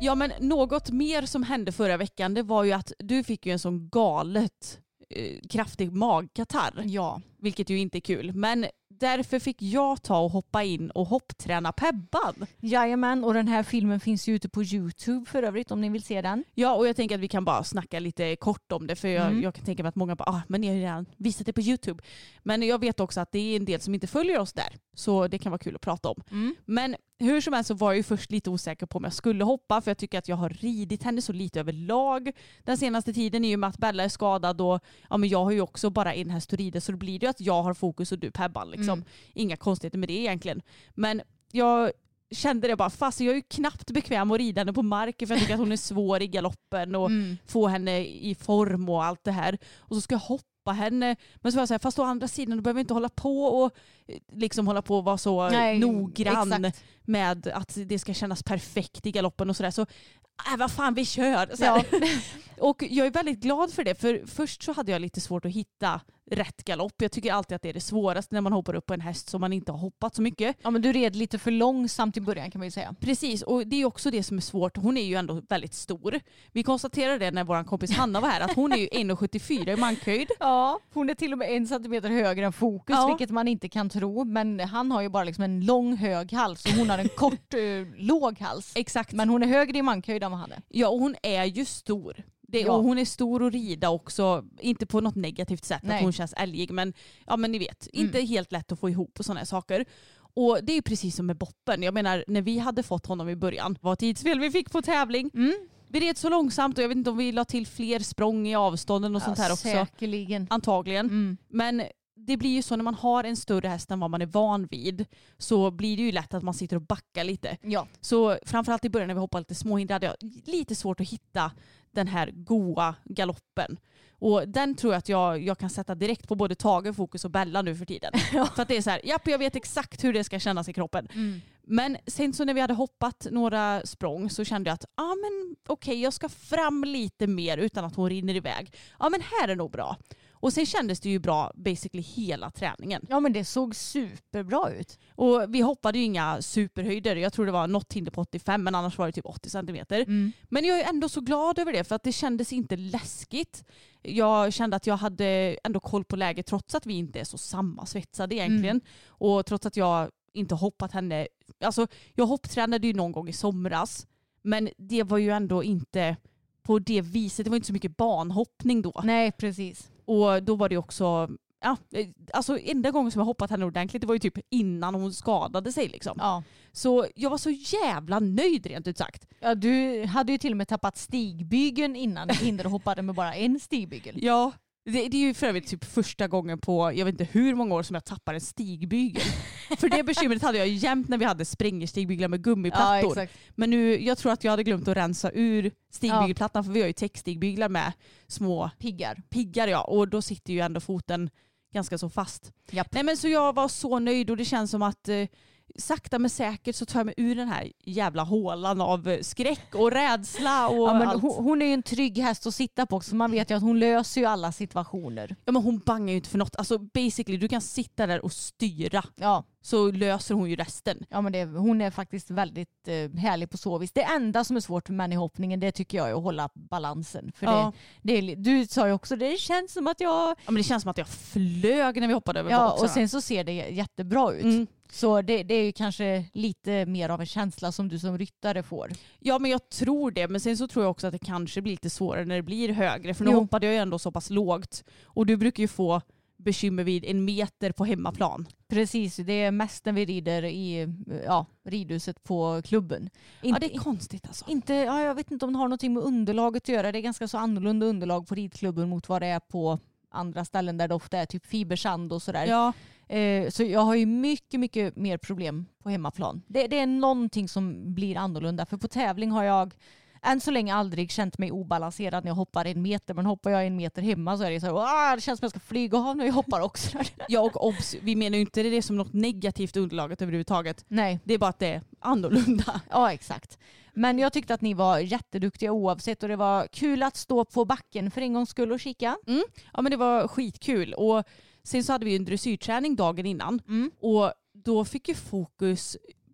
Ja, men något mer som hände förra veckan, det var ju att du fick ju en sån galet eh, kraftig magkatarr. Ja. Vilket ju inte är kul. Men därför fick jag ta och hoppa in och hoppträna Pebban. Jajamän, och den här filmen finns ju ute på YouTube för övrigt om ni vill se den. Ja, och jag tänker att vi kan bara snacka lite kort om det. För jag, Mm. jag kan tänka mig att många bara, ah, men ni har ju redan visat det på YouTube. Men jag vet också att det är en del som inte följer oss där. Så det kan vara kul att prata om. Mm. Men hur som helst så var jag ju först lite osäker på om jag skulle hoppa. För jag tycker att jag har ridit henne så lite överlag den senaste tiden. I och med att Bella är skadad och ja, men jag har ju också bara en häst att rida. Så det blir det att jag har fokus och du Pebban. Liksom. Mm. Inga konstigheter med det egentligen. Men jag kände det bara, fast jag är ju knappt bekväm att rida henne på marken. För jag tycker att hon är svår i galoppen och Mm. få henne i form och allt det här. Och så ska jag hoppa henne. Men så var jag så här, fast å andra sidan du behöver inte hålla på och liksom hålla på och vara så Nej, noggrann exakt. med att det ska kännas perfekt i galoppen och sådär. Så äh, vad fan vi kör. Så här. Ja. Och jag är väldigt glad för det. För först så hade jag lite svårt att hitta rätt galopp. Jag tycker alltid att det är det svåraste när man hoppar upp på en häst som man inte har hoppat så mycket. Ja, men du red lite för långsamt i början kan man ju säga. Precis, och det är också det som är svårt. Hon är ju ändå väldigt stor. Vi konstaterade det när vår kompis Hanna var här, att hon är ju en komma sjuttiofyra i mankhöjd. Ja, hon är till och med en centimeter högre än Fokus, Ja. vilket man inte kan tro. Men han har ju bara liksom en lång hög hals och hon har en kort uh, låg hals. Exakt. Men hon är högre i mankhöjd än vad han är. Ja, och hon är ju stor. Det, Ja. Och hon är stor att rida också. Inte på något negativt sätt Nej. att hon känns älgig. Men, ja, men ni vet, inte Mm. helt lätt att få ihop och sådana här saker. Och det är ju precis som med Boppen. Jag menar, när vi hade fått honom i början, vad tidsfel vi fick på tävling. Mm. Vi red så långsamt och jag vet inte om vi la till fler språng i avstånden och sånt här också. Säkerligen. Antagligen. Mm. Men det blir ju så när man har en större häst än vad man är van vid, så blir det ju lätt att man sitter och backar lite. Ja. Så framförallt i början när vi hoppade lite småhinder hade jag lite svårt att hitta den här goa galoppen. Och den tror jag att jag, jag kan sätta direkt på både Tage, Fokus och Bella nu för tiden. För att det är så här, japp, jag vet exakt hur det ska kännas i kroppen. Mm. Men sen så när vi hade hoppat några språng så kände jag att ah, men okej, jag ska fram lite mer utan att hon rinner iväg. Ja, men här är nog bra. Och sen kändes det ju bra basically hela träningen. Ja, men det såg superbra ut. Och vi hoppade ju inga superhöjder. Jag tror det var något hinder på åttiofem, men annars var det typ åttio centimeter. Mm. Men jag är ändå så glad över det för att det kändes inte läskigt. Jag kände att jag hade ändå koll på läget trots att vi inte är så sammansvetsade egentligen. Mm. Och trots att jag inte hoppat henne. Alltså jag hopptränade ju någon gång i somras. Men det var ju ändå inte på det viset. Det var inte så mycket banhoppning då. Nej, precis. Och då var det också, ja, alltså enda gången som jag hoppat henne ordentligt det var ju typ innan hon skadade sig liksom. Ja. Så jag var så jävla nöjd rent ut sagt. Ja, du hade ju till och med tappat stigbygeln innan du hindrade och hoppade med bara en stigbygel. Ja, det, det är ju för övrigt typ första gången på jag vet inte hur många år som jag tappar en stigbygel. För det bekymret hade jag jämt när vi hade sprängerstigbyglar med gummiplattor. Ja, exakt. Men nu, jag tror att jag hade glömt att rensa ur stigbygelplattan för vi har ju textstigbyglar med små Piggar. piggar ja. Och då sitter ju ändå foten ganska så fast. Japp. Nej men så jag var så nöjd och det känns som att eh, sakta men säkert så tar jag mig ur den här jävla hålan av eh, skräck och rädsla och Ja, men allt. hon, hon är ju en trygg häst att sitta på så man vet ju att hon löser ju alla situationer. Ja men hon bangar ju inte för något. Alltså basically du kan sitta där och styra Ja, så löser hon ju resten. ja men det, hon är faktiskt väldigt eh, härlig på så vis. Det enda som är svårt med människohoppningen det tycker jag är att hålla balansen. För Ja. det, det är, du sa ju också det känns som att jag... Ja men det känns som att jag flög när vi hoppade över Ja, boxarna. och sen så ser det jättebra ut. Mm. Så det, det är ju kanske lite mer av en känsla som du som ryttare får. Ja men jag tror det. Men sen så tror jag också att det kanske blir lite svårare när det blir högre. För nu Jo. hoppade jag ju ändå så pass lågt. Och du brukar ju få bekymmer vid en meter på hemmaplan. Precis, det är mest när vi rider i ja, ridhuset på klubben. Ja det är konstigt alltså. Inte, ja, jag vet inte om det har någonting med underlaget att göra. Det är ganska så annorlunda underlag på ridklubben mot vad det är på andra ställen där det ofta är typ fibersand och sådär. Ja. Eh, så jag har ju mycket, mycket mer problem på hemmaplan. Det, det är någonting som blir annorlunda. För på tävling har jag än så länge aldrig känt mig obalanserad när jag hoppar en meter. Men hoppar jag en meter hemma så är det så här, det känns som jag ska flyga av när jag hoppar också. Ja och obs, vi menar ju inte det som något negativt underlaget överhuvudtaget. Nej. Det är bara att det är annorlunda. Ja, exakt. Men jag tyckte att ni var jätteduktiga oavsett och det var kul att stå på backen för en gångs skull och kika. Mm. Ja men det var skitkul. Och sen så hade vi en dressyrträning dagen innan. Mm. Och då fick ju Fokus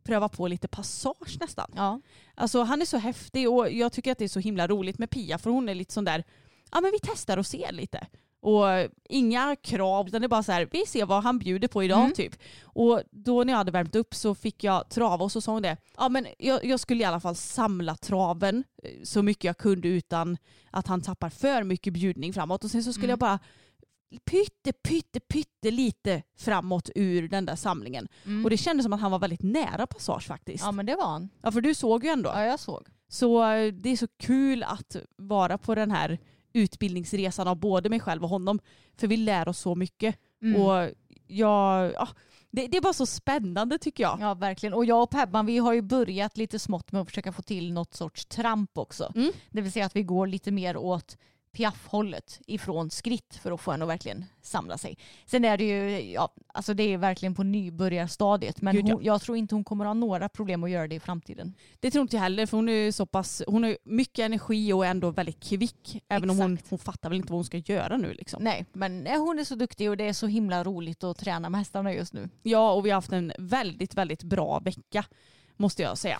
pröva på lite passage nästan. Ja. Alltså han är så häftig och jag tycker att det är så himla roligt med Pia för hon är lite sån där, ja men vi testar och ser lite. Och inga krav utan det är bara så här, vi ser vad han bjuder på idag mm. typ. Och då när jag hade värmt upp så fick jag trava och så sa hon det. Ja men jag, jag skulle i alla fall samla traven så mycket jag kunde utan att han tappar för mycket bjudning framåt. Och sen så skulle mm. jag bara pytte, pytte, pytte lite framåt ur den där samlingen. Mm. Och det kändes som att han var väldigt nära passage faktiskt. Ja men det var han. Ja för du såg ju ändå. Ja jag såg. Så det är så kul att vara på den här utbildningsresan av både mig själv och honom. För vi lär oss så mycket. Mm. Och jag, ja, det, det är bara så spännande tycker jag. Ja verkligen. Och jag och Pebban vi har ju börjat lite smått med att försöka få till något sorts tramp också. Mm. Det vill säga att vi går lite mer åt piaff-hållet ifrån skritt för att få henne att verkligen samla sig. Sen är det ju, ja, alltså det är verkligen på nybörjarstadiet. Men Gud, ja. hon, jag tror inte hon kommer ha några problem att göra det i framtiden. Det tror inte jag heller för hon är så pass, hon har mycket energi och är ändå väldigt kvick. Även Exakt. om hon, hon fattar väl inte vad hon ska göra nu liksom. Nej, men hon är så duktig och det är så himla roligt att träna med hästarna just nu. Ja, och vi har haft en väldigt, väldigt bra vecka måste jag säga.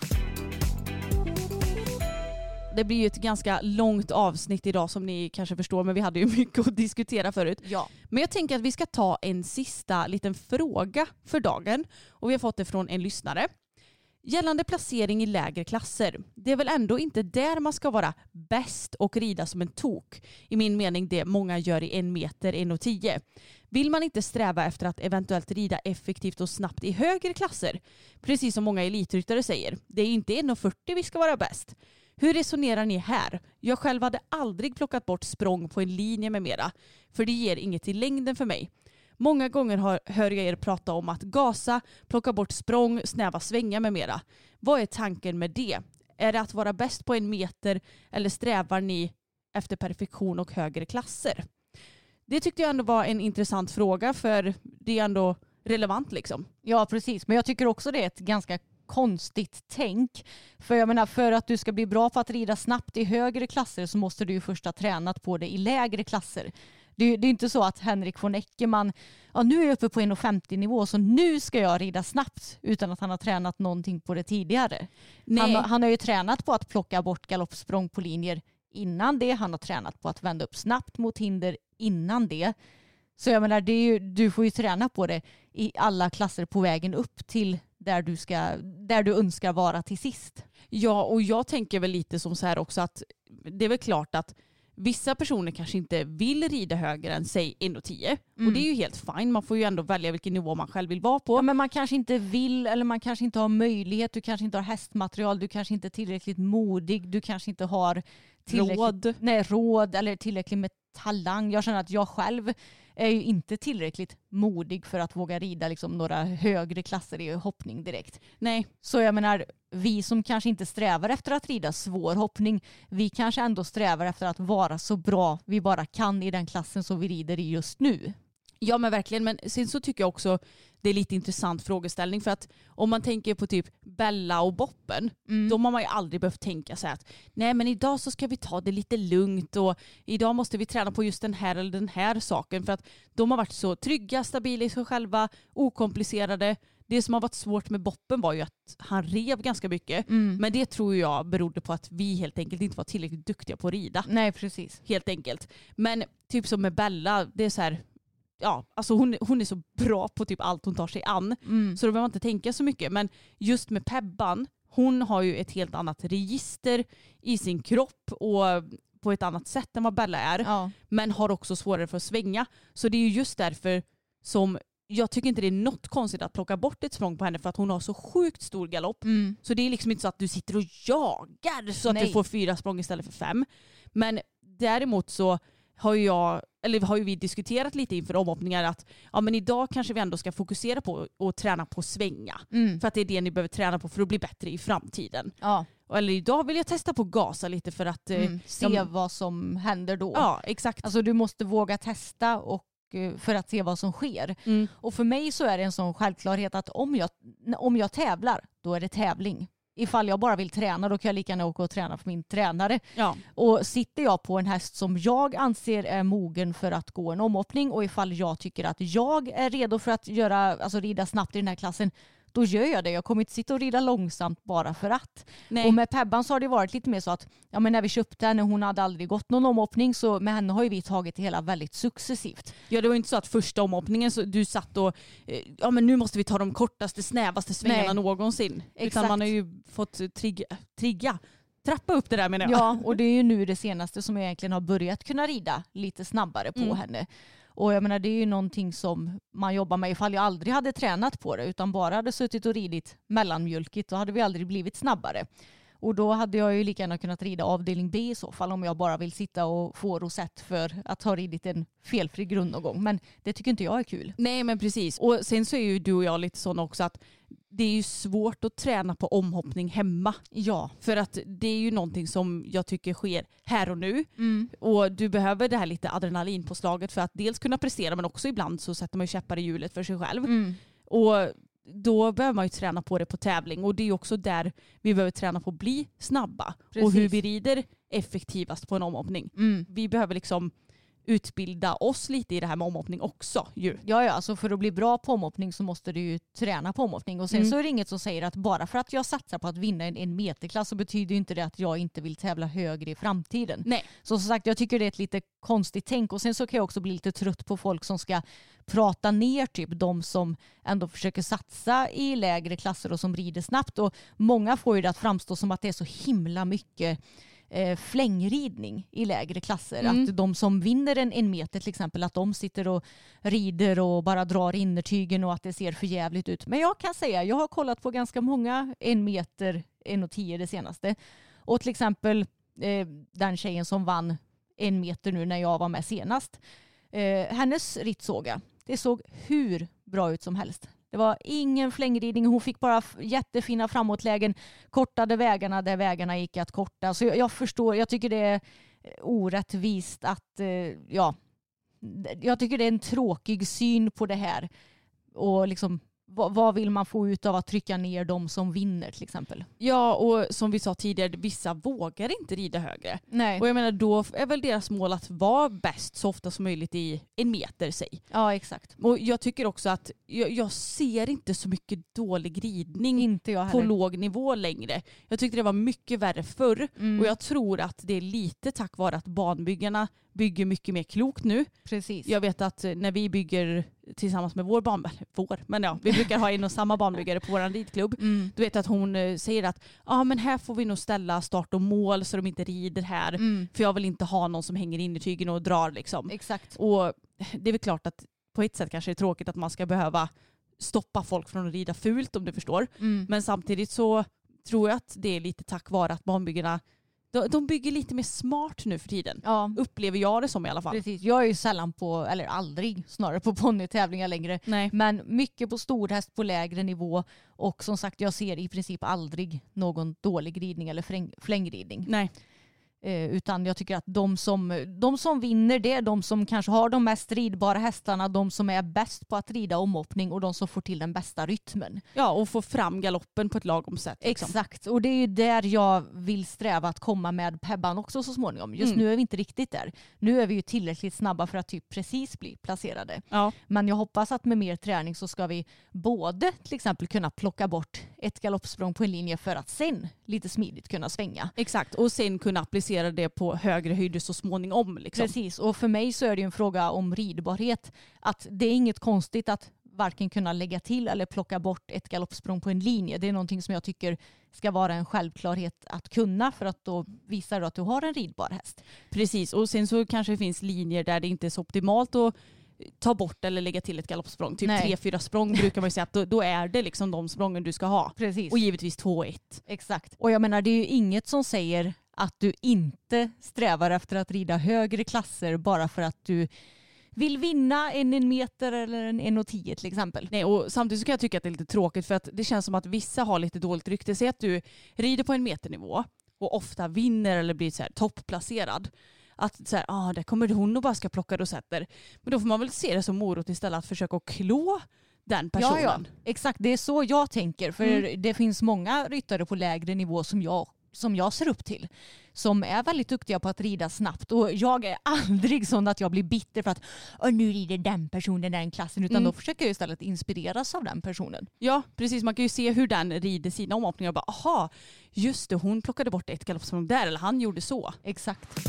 Det blir ju ett ganska långt avsnitt idag som ni kanske förstår men vi hade ju mycket att diskutera förut. Ja. Men jag tänker att vi ska ta en sista liten fråga för dagen och vi har fått det från en lyssnare. Gällande placering i lägre klasser. Det är väl ändå inte där man ska vara bäst och rida som en tok. I min mening det många gör i en meter, en och tio. Vill man inte sträva efter att eventuellt rida effektivt och snabbt i högre klasser? Precis som många elitryttare säger. Det är inte en och fyrtio vi ska vara bäst. Hur resonerar ni här? Jag själv hade aldrig plockat bort språng på en linje med mera. För det ger inget i längden för mig. Många gånger har, hör jag er prata om att gasa, plocka bort språng, snäva svängar med mera. Vad är tanken med det? Är det att vara bäst på en meter eller strävar ni efter perfektion och högre klasser? Det tyckte jag ändå var en intressant fråga för det är ändå relevant liksom. Ja precis, men jag tycker också det är ett ganska konstigt tänk. För jag menar, för att du ska bli bra på att rida snabbt i högre klasser så måste du ju först ha tränat på det i lägre klasser. Det, det är inte så att Henrik von Eckermann, ja nu är jag uppe på en femtio nivå så nu ska jag rida snabbt utan att han har tränat någonting på det tidigare. Han, han har ju tränat på att plocka bort galoppsprång på linjer innan det. Han har tränat på att vända upp snabbt mot hinder innan det. Så jag menar, det är ju, du får ju träna på det i alla klasser på vägen upp till där du, ska, där du önskar vara till sist. Ja, och jag tänker väl lite som så här också att det är väl klart att vissa personer kanske inte vill rida högre än säg en och tio. Mm. Och det är ju helt fine. Man får ju ändå välja vilken nivå man själv vill vara på. Ja, men man kanske inte vill eller man kanske inte har möjlighet. Du kanske inte har hästmaterial. Du kanske inte är tillräckligt modig. Du kanske inte har råd. Nej, råd eller tillräckligt med talang. Jag känner att jag själv är ju inte tillräckligt modig för att våga rida liksom några högre klasser i hoppning direkt. Nej. Så jag menar, vi som kanske inte strävar efter att rida svår hoppning, vi kanske ändå strävar efter att vara så bra vi bara kan i den klassen som vi rider i just nu. Ja men verkligen, men sen så tycker jag också det är lite intressant frågeställning för att om man tänker på typ Bella och Boppen mm. då har man ju aldrig behövt tänka så här att nej men idag så ska vi ta det lite lugnt och idag måste vi träna på just den här eller den här saken för att de har varit så trygga, stabila i sig själva, okomplicerade. Det som har varit svårt med Boppen var ju att han rev ganska mycket. Mm. Men det tror jag berodde på att vi helt enkelt inte var tillräckligt duktiga på att rida. Nej, precis. Helt enkelt. Men typ som med Bella, det är så här ja, alltså hon, hon är så bra på typ allt hon tar sig an. Mm. Så då behöver man inte tänka så mycket. Men just med Pebban, hon har ju ett helt annat register i sin kropp och på ett annat sätt än vad Bella är. Ja. Men har också svårare för att svänga. Så det är ju just därför som jag tycker inte det är något konstigt att plocka bort ett språng på henne för att hon har så sjukt stor galopp. Mm. Så det är liksom inte så att du sitter och jagar så att Nej. du får fyra språng istället för fem. Men däremot så har ju jag, eller har ju vi diskuterat lite inför omhoppningar att ja, men idag kanske vi ändå ska fokusera på att träna på att svänga. Mm. För att det är det ni behöver träna på för att bli bättre i framtiden. Ja. Eller idag vill jag testa på att gasa lite för att mm. se ja, vad som händer då. Ja, exakt. Alltså du måste våga testa och för att se vad som sker. Mm. Och för mig så är det en sån självklarhet att om jag, om jag tävlar, då är det tävling. Ifall jag bara vill träna, då kan jag lika gärna åka och träna för min tränare. Ja. Och sitter jag på en häst som jag anser är mogen för att gå en omhoppning och ifall jag tycker att jag är redo för att göra, alltså rida snabbt i den här klassen, då gör jag det. Jag kommer inte sitta och rida långsamt bara för att. Nej. Och med Pebban så har det varit lite mer så att ja, men när vi köpte henne, hon hade aldrig gått någon omhoppning, så med henne har ju vi tagit det hela väldigt successivt. Ja, det var inte så att första omhoppningen så du satt och eh, ja men nu måste vi ta de kortaste, snävaste svängarna Nej. någonsin. Exakt. Utan man har ju fått trigga, trigga, trappa upp det där menar jag. Ja, och det är ju nu det senaste som jag egentligen har börjat kunna rida lite snabbare på Mm. henne. Och jag menar, det är ju någonting som man jobbar med ifall jag aldrig hade tränat på det utan bara hade suttit och ridit mellanmjölkigt, då hade vi aldrig blivit snabbare. Och då hade jag ju lika gärna kunnat rida avdelning B i så fall om jag bara vill sitta och få rosett för att ha ridit en felfri grundomgång. Men det tycker inte jag är kul. Nej men precis. Och sen så är ju du och jag lite sån också att det är ju svårt att träna på omhoppning hemma. Ja. För att det är ju någonting som jag tycker sker här och nu. Mm. Och du behöver det här lite adrenalinpåslaget för att dels kunna prestera men också ibland så sätter man ju käppar i hjulet för sig själv. Mm. Och då behöver man ju träna på det på tävling och det är ju också där vi behöver träna på att bli snabba. Precis. Och hur vi rider effektivast på en omhoppning. Mm. Vi behöver liksom utbilda oss lite i det här med omhoppning också. Ju. Ja, ja, alltså för att bli bra på omhoppning så måste du ju träna på omhoppning. Och sen Mm. så är det inget som säger att bara för att jag satsar på att vinna en, en meterklass så betyder ju inte det att jag inte vill tävla högre i framtiden. Nej. Så som sagt, jag tycker det är ett lite konstigt tänk. Och sen så kan jag också bli lite trött på folk som ska prata ner typ de som ändå försöker satsa i lägre klasser och som rider snabbt. Och många får ju det att framstå som att det är så himla mycket eh, flängridning i lägre klasser. Mm. Att de som vinner en, en meter till exempel, att de sitter och rider och bara drar innertygen och att det ser för jävligt ut. Men jag kan säga, jag har kollat på ganska många en meter, en och tio det senaste. Och till exempel eh, den tjejen som vann en meter nu när jag var med senast. Eh, hennes rittsåga, det såg hur bra ut som helst. Det var ingen flängridning. Hon fick bara jättefina framåtlägen. Kortade vägarna där vägarna gick att korta. Så jag, jag förstår, jag tycker det är orättvist att, eh, ja, jag tycker det är en tråkig syn på det här. Och liksom, vad, vad vill man få ut av att trycka ner de som vinner till exempel? Ja, och som vi sa tidigare, vissa vågar inte rida högre. Nej. Och jag menar, då är väl deras mål att vara bäst så ofta som möjligt i en meter sig. Ja, exakt. Och jag tycker också att jag, jag ser inte så mycket dålig ridning Inte jag på heller. låg nivå längre. Jag tyckte det var mycket värre förr. Mm. Och jag tror att det är lite tack vare att banbyggarna bygger mycket mer klokt nu. Precis. Jag vet att när vi bygger tillsammans med vår ban, vår, men ja, vi brukar ha en och samma banbyggare på vår ridklubb. Mm. Du vet att hon eh, säger att ah, men här får vi nog ställa start och mål så de inte rider här. Mm. För jag vill inte ha någon som hänger in i tygen och drar liksom. Exakt. Och det är väl klart att på ett sätt kanske det är tråkigt att man ska behöva stoppa folk från att rida fult om du förstår. Mm. Men samtidigt så tror jag att det är lite tack vare att banbyggarna de, de bygger lite mer smart nu för tiden. Ja. Upplever jag det som i alla fall. Precis. Jag är ju sällan på, eller aldrig snarare på ponnytävlingar längre. Nej. Men mycket på storhäst på lägre nivå. Och som sagt, jag ser i princip aldrig någon dålig ridning eller fläng, flängridning. Nej. Eh, utan jag tycker att de som, de som vinner det är de som kanske har de mest ridbara hästarna, de som är bäst på att rida omhoppning och de som får till den bästa rytmen. Ja, och få fram galoppen på ett lagom sätt. Liksom. Exakt, och det är ju där jag vill sträva att komma med Pebban också så småningom. Just Mm. nu är vi inte riktigt där. Nu är vi ju tillräckligt snabba för att typ precis bli placerade. Ja. Men jag hoppas att med mer träning så ska vi både till exempel kunna plocka bort ett galoppsprång på en linje för att sen lite smidigt kunna svänga. Exakt, och sen kunna applicera det på högre höjder så småningom. Liksom. Precis, och för mig så är det ju en fråga om ridbarhet. Att det är inget konstigt att varken kunna lägga till eller plocka bort ett galoppsprång på en linje. Det är någonting som jag tycker ska vara en självklarhet att kunna för att då visar du att du har en ridbar häst. Precis, och sen så kanske det finns linjer där det inte är så optimalt att ta bort eller lägga till ett galoppsprång. Typ Nej. tre, fyra språng brukar man ju säga att då, då är det liksom de sprången du ska ha. Precis. Och givetvis två ett. Exakt. Och jag menar, det är ju inget som säger att du inte strävar efter att rida högre klasser bara för att du vill vinna en en meter eller en en och tio till exempel. Nej, och samtidigt så kan jag tycka att det är lite tråkigt för att det känns som att vissa har lite dåligt rykte. Säg att du rider på en meternivå och ofta vinner eller blir så här toppplacerad. Att så här, ah, där kommer hon och bara ska plocka rosetter. Men då får man väl se det som morot istället att försöka att klå den personen. Ja, ja. Exakt, det är så jag tänker. För Mm. det finns många ryttare på lägre nivå som jag som jag ser upp till. Som är väldigt duktiga på att rida snabbt. Och jag är aldrig sån att jag blir bitter för att nu rider den personen den klassen. Utan mm. då försöker jag istället inspireras av den personen. Ja, precis. Man kan ju se hur den rider sina omhoppningar och bara, aha, just det, hon plockade bort ett galoppsprång där. Eller han gjorde så. Exakt.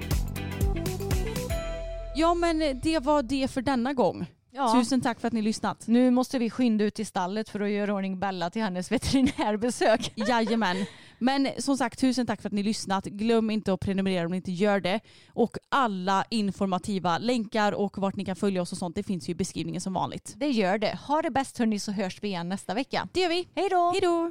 Ja, men det var det för denna gång. Ja. Tusen tack för att ni lyssnat. Nu måste vi skynda ut i stallet för att göra ordning Bella till hennes veterinärbesök. Jajamän. Men som sagt, tusen tack för att ni lyssnat. Glöm inte att prenumerera om ni inte gör det. Och alla informativa länkar och vart ni kan följa oss och sånt, det finns ju i beskrivningen som vanligt. Det gör det. Ha det bäst hörni, så hörs vi igen nästa vecka. Det gör vi. Hej då! Hej då!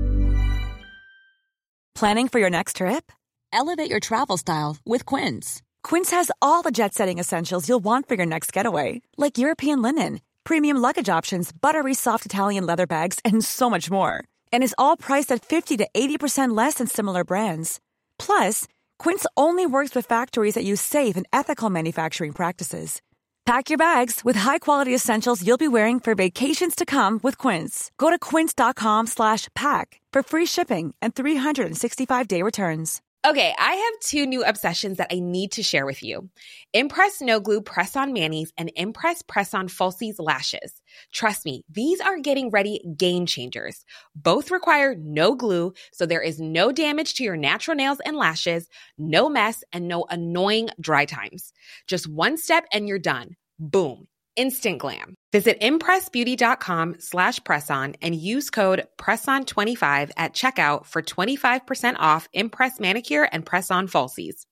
Planning for your next trip? Elevate your travel style with Quince. Quince has all the jet-setting essentials you'll want for your next getaway, like European linen, premium luggage options, buttery soft Italian leather bags, and so much more. And is all priced at fifty to eighty percent less than similar brands. Plus, Quince only works with factories that use safe and ethical manufacturing practices. Pack your bags with high-quality essentials you'll be wearing for vacations to come with Quince. Go to quince.com slash pack for free shipping and three sixty-five day returns. Okay, I have two new obsessions that I need to share with you. Impress No Glue Press-On Manis and Impress Press-On Falsies Lashes. Trust me, these are getting ready game changers. Both require no glue, so there is no damage to your natural nails and lashes, no mess, and no annoying dry times. Just one step and you're done. Boom. Instant glam. Visit impressbeauty.com slash presson and use code presson twenty-five at checkout for twenty-five percent off Impress Manicure and Press-On Falsies.